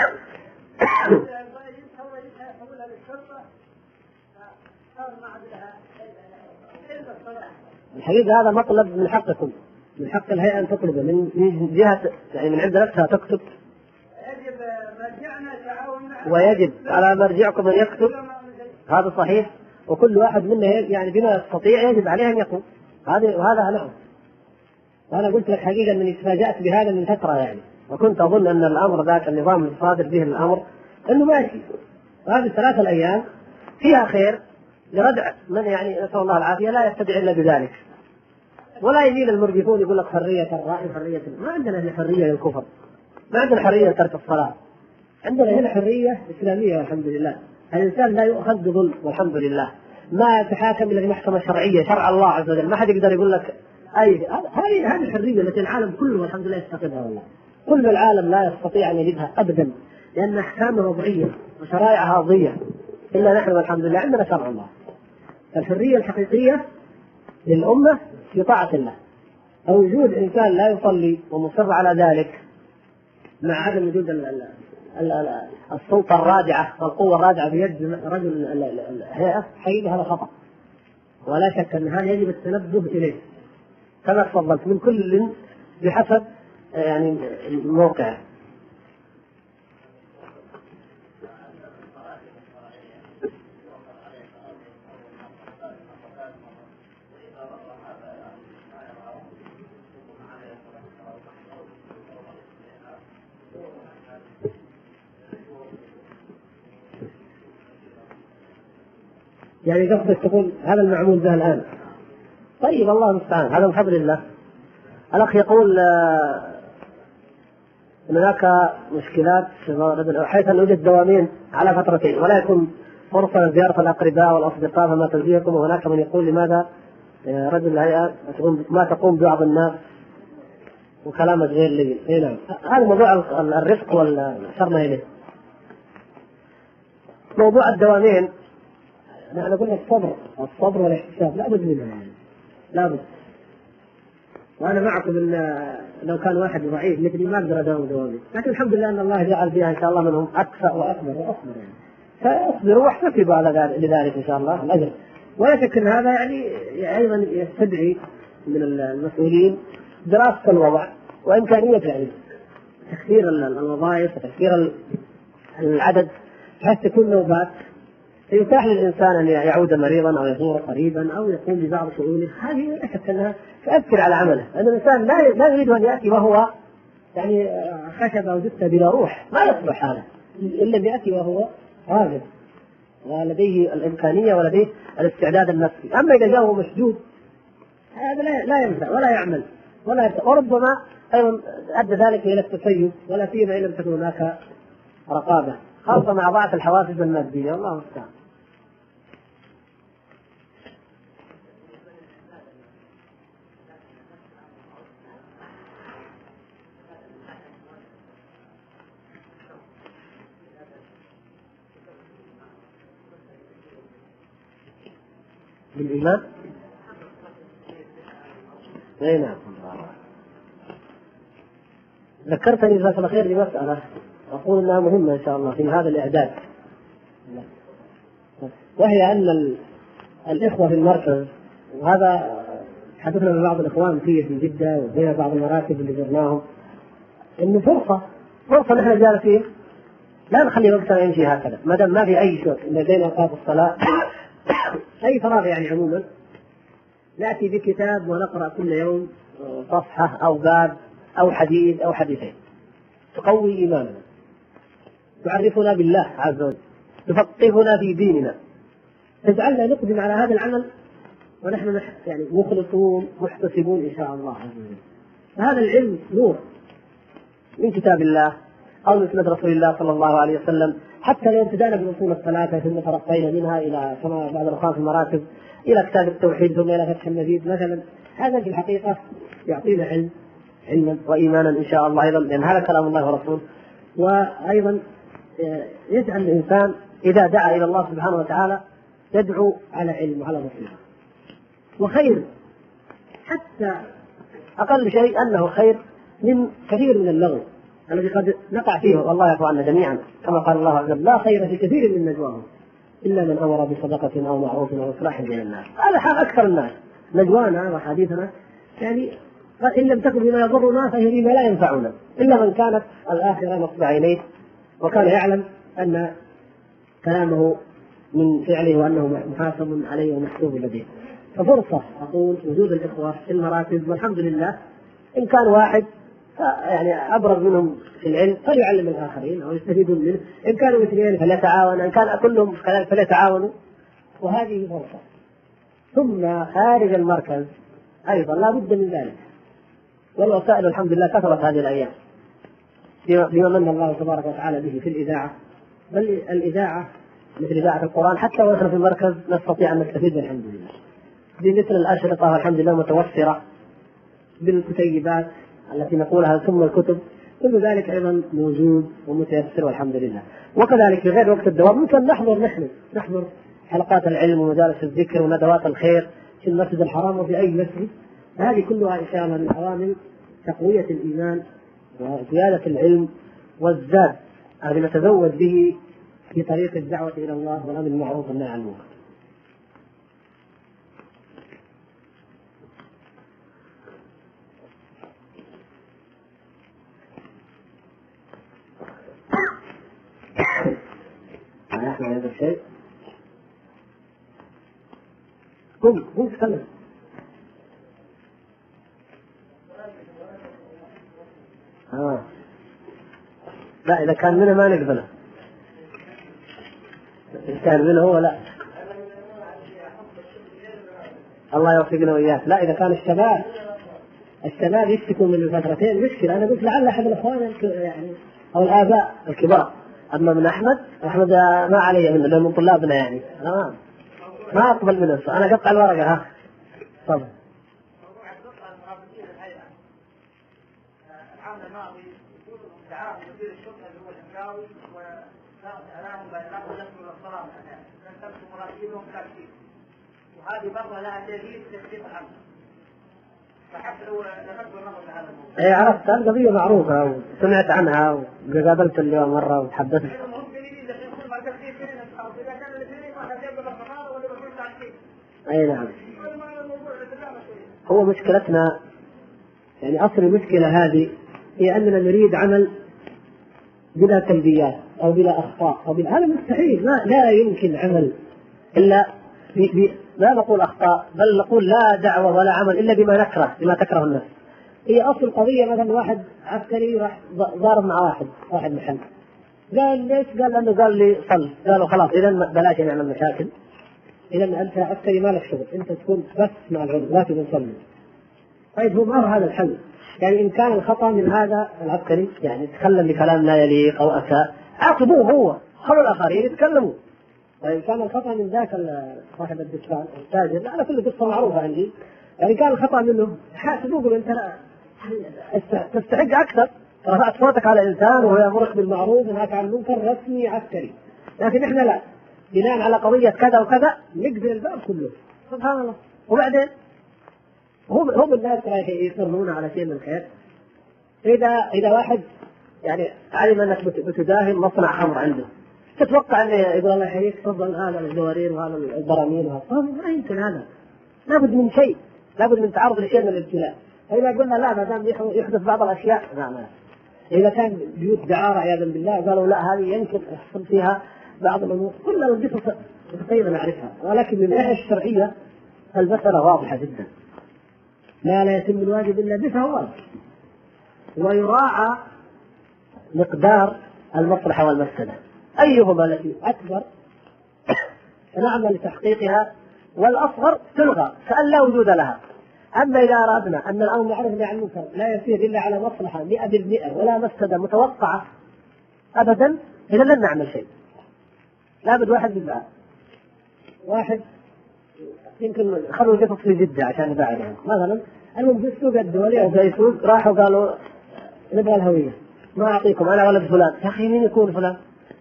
يحولها للشرطة صار ما عاد لها إلا الصلاة. الحقيقة هذا مطلب من حقكم، من حق الهيئة أن تطلبه من جهة يعني من عند نفسها تكتب. يجب مرجعنا تعاون معه ويجب على مرجعكم أن يكتب، هذا صحيح، وكل واحد منا يعني بما يستطيع يجب عليه أن يقوم، هذا وهذا له. وأنا قلت لك حقيقة أنني تفاجأت بهذا من فترة يعني، وكنت أظن أن الأمر ذاك النظام الصادر به الأمر أنه ماشي، وهذه الثلاثة الأيام فيها خير لردع من يعني نسأل الله العافية لا يستدعي إلا بذلك، ولا يميل المرجفون يقول لك حرية الرأي حرية، ما عندنا هنا حرية للكفر، ما عندنا حرية ترك الصلاة، عندنا هنا حرية إسلامية والحمد لله. الإنسان لا يؤخذ بظلم والحمد لله، ما يتحاكم إلى المحكمة الشرعية شرع الله عز وجل، ما حد يقدر يقول لك أي هذه هذه الحرية التي العالم كله والحمد لله يفتقدها. والله كل العالم لا يستطيع أن يجدها أبدا، لأن أحكامها وضعية وشرائعها وضعية، إلا نحن والحمد لله عندنا شرع الله. الحرية الحقيقية للأمة في طاعة الله، أو وجود إنسان لا يصلي ومصر على ذلك مع عدم وجود السلطة الراجعة والقوة الراجعة بيد رجل الهيئة، حقيقة هذا خطأ، ولا شك أن هذا يجب التنبه إليه كما تفضلت من كل بحسب يعني موقعه. يعني قصدك تقول هذا المعمول به الآن؟ طيب الله المستعان، هذا من فضل الله. الأخ يقول هناك مشكلات حيث أن يوجد دوامين على فترتين ولا يكون فرصة لزيارة الأقرباء والأصدقاء، فما تلزيكم؟ وهناك من يقول لماذا رجل الهيئة ما تقوم ببعض الناس وكلامه غير لين. اي نعم، هذا موضوع الرفق والشرنا إليه. موضوع الدوامين نحن قلنا الصبر الصبر والاحتساب لا بد منه، يعني لا بد. وأنا معكم أن لو كان واحد ضعيف مثلي ما أقدر أداوم دوامي، لكن الحمد لله أن الله جعل فيها إن شاء الله منهم أكثر وأكبر وأصبر، يعني فاصبروا واحتسبوا على لذلك إن شاء الله الأجر. ولا شك أن هذا يعني أيضا يستدعي من المسؤولين دراسة الوضع وإمكانية يعني تكثير الوظائف وتكثير العدد بحيث تكون نوبات يتاح للإنسان أن يعود مريضا أو يزور قريبا أو يقوم ببعض شؤونه. هذه لا شك أنها تؤثر على عمله، لأن الإنسان لا لا يريد أن يأتي وهو يعني خشب أو جثة بلا روح، ما يصلح هذا إلا أن يأتي وهو راغب ولديه الإمكانية ولديه الاستعداد النفسي. أما إذا جاءه مشدود هذا لا لا ينفع ولا يعمل ولا يبتع. وربما أيضا أدى ذلك إلى التسيب، ولا سيما إن لم تكن هناك رقابة، خاصة مع ضعف الحوافز المادية. الله المستعان. بالإيمان؟ أي نعم. ذكرتني جزاك الله خير لمسألة أقول أنها مهمة إن شاء الله في هذا الإعداد، وهي أن الإخوة في المركز، وهذا حدثنا مع بعض الإخوان فيه في جدة وبين بعض المراكز اللي زرناهم، إنه فرصة فرصة نحن جالسين لا نخلي وقتنا يمشي هكذا ما دام ما في أي شيء إلا بين أوقات الصلاة أي فراغ يعني عموما، نأتي بكتاب ونقرأ كل يوم صفحة أو باب أو حديث أو حديثين تقوي إيماننا، تعرفنا بالله عز وجل، تفقهنا في ديننا، تجعلنا نقدم على هذا العمل ونحن يعني مخلصون محتسبون إن شاء الله عز وجل. فهذا العلم نور من كتاب الله أو من سنة رسول الله صلى الله عليه وسلم. حتى لو ابتدأنا بالأصول الثلاثة ثم ترقينا منها إلى كما بعض الأخوان في المراتب إلى كتاب التوحيد ثم إلى فتح المجيد مثلا، هذا في الحقيقة يعطينا علم علما وإيمانا إن شاء الله أيضا، لأن هذا كلام الله ورسوله. وأيضا يجعل الإنسان إذا دعا إلى الله سبحانه وتعالى يدعو على علم وعلى بصيرة وخير. حتى أقل شيء أنه خير من كثير من اللغو الذي قد نقع فيه، والله يعفو عنا جميعا، كما قال الله عز وجل: لا خير في كثير من نجواهم إلا من أمر بصدقة أو معروف أو إصلاح بين الناس. هذا حال أكثر الناس، نجوانا وحديثنا يعني إن لم تكن بما يضرنا فهي بما لا ينفعنا، إلا من كانت الآخرة نصب عينيه وكان يعلم أن كلامه من فعله وأنه محاسب عليه ومحسوب لديه. ففرصة أقول وجود الإخوة في المراكز، والحمد لله إن كان واحد يعني أبرز منهم في العلم فليعلم الآخرين أو يستفيدون منه، إن كانوا اثنين فليتعاونوا، إن كان كلهم فليتعاونوا، وهذه فرصة. ثم خارج المركز أيضا لا بد من ذلك، والوسائل الحمد لله كثرت هذه الأيام بما من الله تبارك وتعالى به في الإذاعة، بل الإذاعة مثل إذاعة القرآن حتى ونحن في المركز نستطيع أن نستفيد الحمد لله بمثل الأشرطة والحمد لله متوفرة، بالكتيبات التي نقولها ثم الكتب، كل ذلك أيضا موجود ومتيسر والحمد لله. وكذلك في غير وقت الدوام ممكن نحضر نحن نحضر حلقات العلم ومجالس الذكر وندوات الخير في المسجد الحرام وفي أي مسجد. هذه كلها إن شاء الله من عوامل تقوية الإيمان وزيادة العلم والزاد الذي نتزود به في طريق الدعوة إلى الله والأمر بالمعروف والنهي عن المنكر. أنا أسمع هذا الشيء. قم قم تكلم. آه. لا إذا كان منه ما نقبله، إذا كان منه هو لا. الله يوفقنا وإياك. لا إذا كان الشباب الشباب يشتكوا من الفترتين مشكلة، أنا قلت لعل أحد الأخوان يعني أو الآباء الكبار. أما من أحمد أحمد ما عليه منه لأنه من طلابنا يعني آه. ما أقبل منه، أنا قطع الورقة. ها تفضل. العام الماضي يقول تعاون مدير الشرطه اللي هو الحكاوي وكلامهم بينهم من الصلاه الان لم تكن مراتبهم تكتيك، وهذه برا لها دليل تكتيك الامر، فحتى لو لفت النظر لهذا الموضوع. اي عرفت القضيه معروفه وسمعت عنها وقابلت اليوم مره وتحدثت. اي نعم. هو مشكلتنا يعني أصل المشكلة هذه هي أننا نريد عمل بلا تلبيات أو بلا أخطاء أو بلا، هذا مستحيل، لا, لا يمكن عمل إلا ب... ب... لا نقول أخطاء بل نقول لا دعوة ولا عمل إلا بما نكره بما تكره الناس. هي أصل القضية مثلا واحد عسكري راح ضارب مع واحد واحد محل، قال ليش؟ قال لأنه قال لي صل، قالوا خلاص إذا بلاش نعمل مشاكل، إذا أنت عسكري ما لك شغل، أنت تكون بس مع العلم لا تكون صلي. طيب هو ما هو هذا الحل؟ يعني إن كان الخطأ من هذا العسكري يعني تكلم بكلام لا يليق أو أساء عاقبوه هو، خلوا الآخرين يتكلموا. وإن كان الخطأ من ذاك صاحب الدكان التاجر، لا أنا كل قصة معروفة عندي، يعني كان الخطأ منه حاسبوه قول أنت تستحق أكثر، رفعت صوتك على إنسان وهو يأمرك بالمعروف ونهاك عن المنكر رسمي عسكري، لكن إحنا لا، بناء على قضية كذا وكذا نقبل الباب كله. سبحان الله. وبعدين هم هم الناس يصرون على شيء من الخير. إذا إذا واحد يعني علم أنك بتداهن مصنع خمر عنده، تتوقع أنه يقول الله يحييك تفضل هذا الجوارير وهذا البراميل وهذا، ما يمكن هذا، لابد من شيء، لابد من تعرض لشيء من الابتلاء. فإذا قلنا لا ما دام يحدث بعض الأشياء لا لا. إذا كان بيوت دعارة عياذا بالله قالوا لا هذه يمكن يحصل فيها بعض الأمور، كلها القصص تقريبا نعرفها، ولكن من الناحية الشرعية المسألة واضحة جدا. ما لا يتم الواجب إلا به فهو واجب، ويراعى مقدار المصلحة والمفسدة أيهما التي أكبر نعمل لتحقيقها، والأصغر تلغى كأن لا وجود لها. أما إذا أردنا أن الأمر معروف والنهي عن المنكر لا يسير إلا على مصلحة مئة بالمئة ولا مفسدة متوقعة أبدا، إذا لن نعمل شيء. لابد واحد يبقى واحد يمكن خلوا القصص في جدة عشان يباعد عنه. مثلا المهم في السوق الدولي أو في سوق راحوا قالوا نبغى الهوية، ما أعطيكم أنا ولد فلان. يا أخي مين يكون فلان؟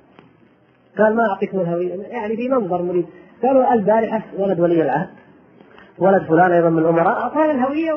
قال ما أعطيكم الهوية، يعني في منظر مريض. قالوا البارحة ولد ولي العهد ولد فلان أيضا من الأمراء أعطانا الهوية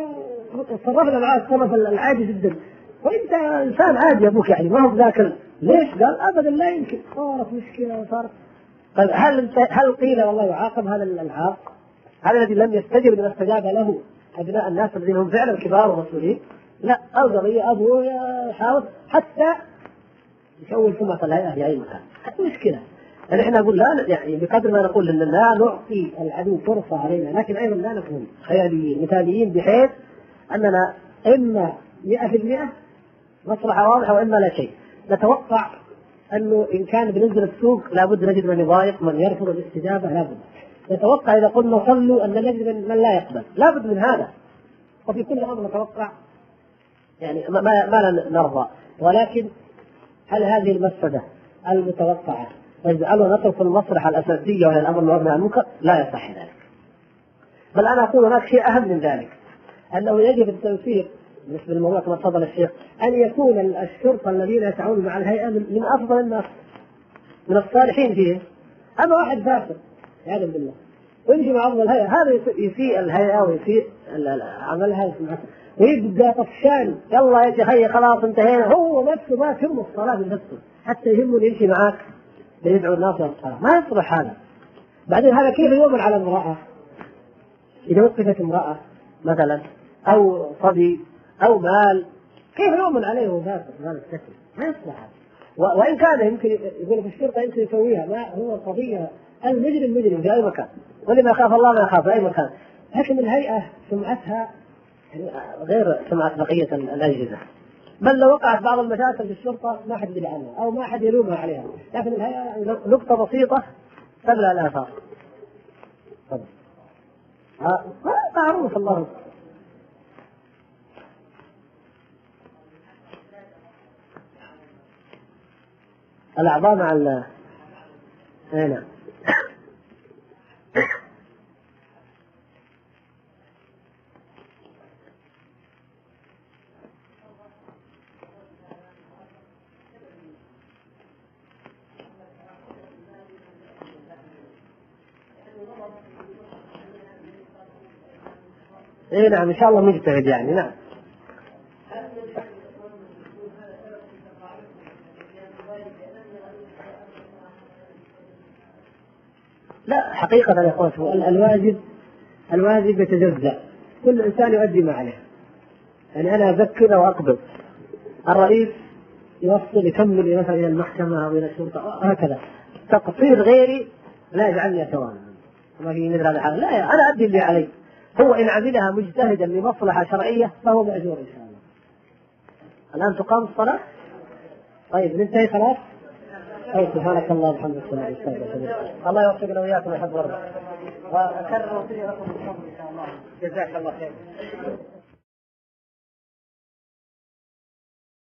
تصرفنا معاه التصرف العادي جدا، وانت انسان عادي ابوك يعني ما هو ذاك. ليش؟ قال ابدا لا يمكن، صارت مشكله صارت. طيب هل انت هل قيل والله يعاقب هذا العاق؟ هذا الذي لم يستجب لما استجاب له ابناء الناس الذين هم فعلا كبار ومسؤولين؟ لا، القضيه ابوه يحاول حتى يسوي سمعه الهيئه في اي مكان، هذه مشكله. يعني احنا نقول لا، يعني بقدر ما نقول ان لا نعطي العدو فرصه علينا، لكن ايضا لا نكون خياليين مثاليين بحيث اننا اما مئة بالمئة مصلحه واضحه واما لا شيء. نتوقع انه ان كان بننزل السوق لابد نجد من يضايق، من يرفض الاستجابه لابد. نتوقع اذا قلنا صلوا ان نجد من لا يقبل، لابد من هذا. وفي كل امر نتوقع يعني ما, ما لا نرضى، ولكن هل هذه المفسده المتوقعه يجعلنا نترك المصلحه الاساسيه وهي الامر بالمعروف والنهي عن المنكر؟ لا يصح ذلك. بل انا اقول هناك شيء اهم من ذلك، انه يجب التوفيق بالنسبه للموضوع كما تفضل الشيخ، ان يكون الشرطه الذين يتعاونون مع الهيئه من افضل الناس، من الصالحين فيهم. اما واحد فاسق عياذا بالله ويمشي مع افضل الهيئه، هذا يسيء الهيئه ويسيء عملها ويبقى طفشان، يلا يا شيخ خلاص انتهينا، هو نفسه ما تهمه الصلاه بنفسه، حتى يهمه يمشي معاك ليدعو الناس الى الصلاه، ما يصلح هذا. بعدين هذا كيف يؤمن على امراه؟ اذا وقفت امراه مثلا او صبي او مال، كيف يؤمن عليه وهو فاسق بهذا الشكل؟ ما يصلح هذا. وان كان يمكن يقول في الشرطه يمكن يسويها، ما هو قضيه المجرم مجرم في اي مكان، ولما يخاف الله ما يخاف في اي مكان. لكن الهيئه سمعتها غير سمعة بقيه الاجهزه، بل لو وقعت بعض المشاكل في الشرطه ما حد يدري عنها او ما حد يلومها عليها، لكن الهيئه نقطه بسيطه تبلى الاثار. طبعا معروف الله. الأعضاء مع ال هنا اي نعم ان شاء الله مجتهد يعني. نعم لا حقيقة يا اخوان الواجب الواجب يتجزأ، كل انسان يؤدي ما عليه. يعني انا اذكر واقبض، الرئيس يوصل يكمل مثلا الى المحكمة او الى الشرطة هكذا. تقصير غيري لا يجعلني اتوانى، ما في مثل هذا الحال. لا انا ادي اللي علي، هو ان عملها مجتهدا لمصلحة شرعية فهو مأجور ان شاء الله. الان تقام الصلاة. طيب ننتهي خلاص. أي سبحانك الله وبحمدك الله يوفقنا وإياكم ويحفظ ورزقنا. وأكرر وصية لكم بالفضل إن شاء الله. جزاك الله خير.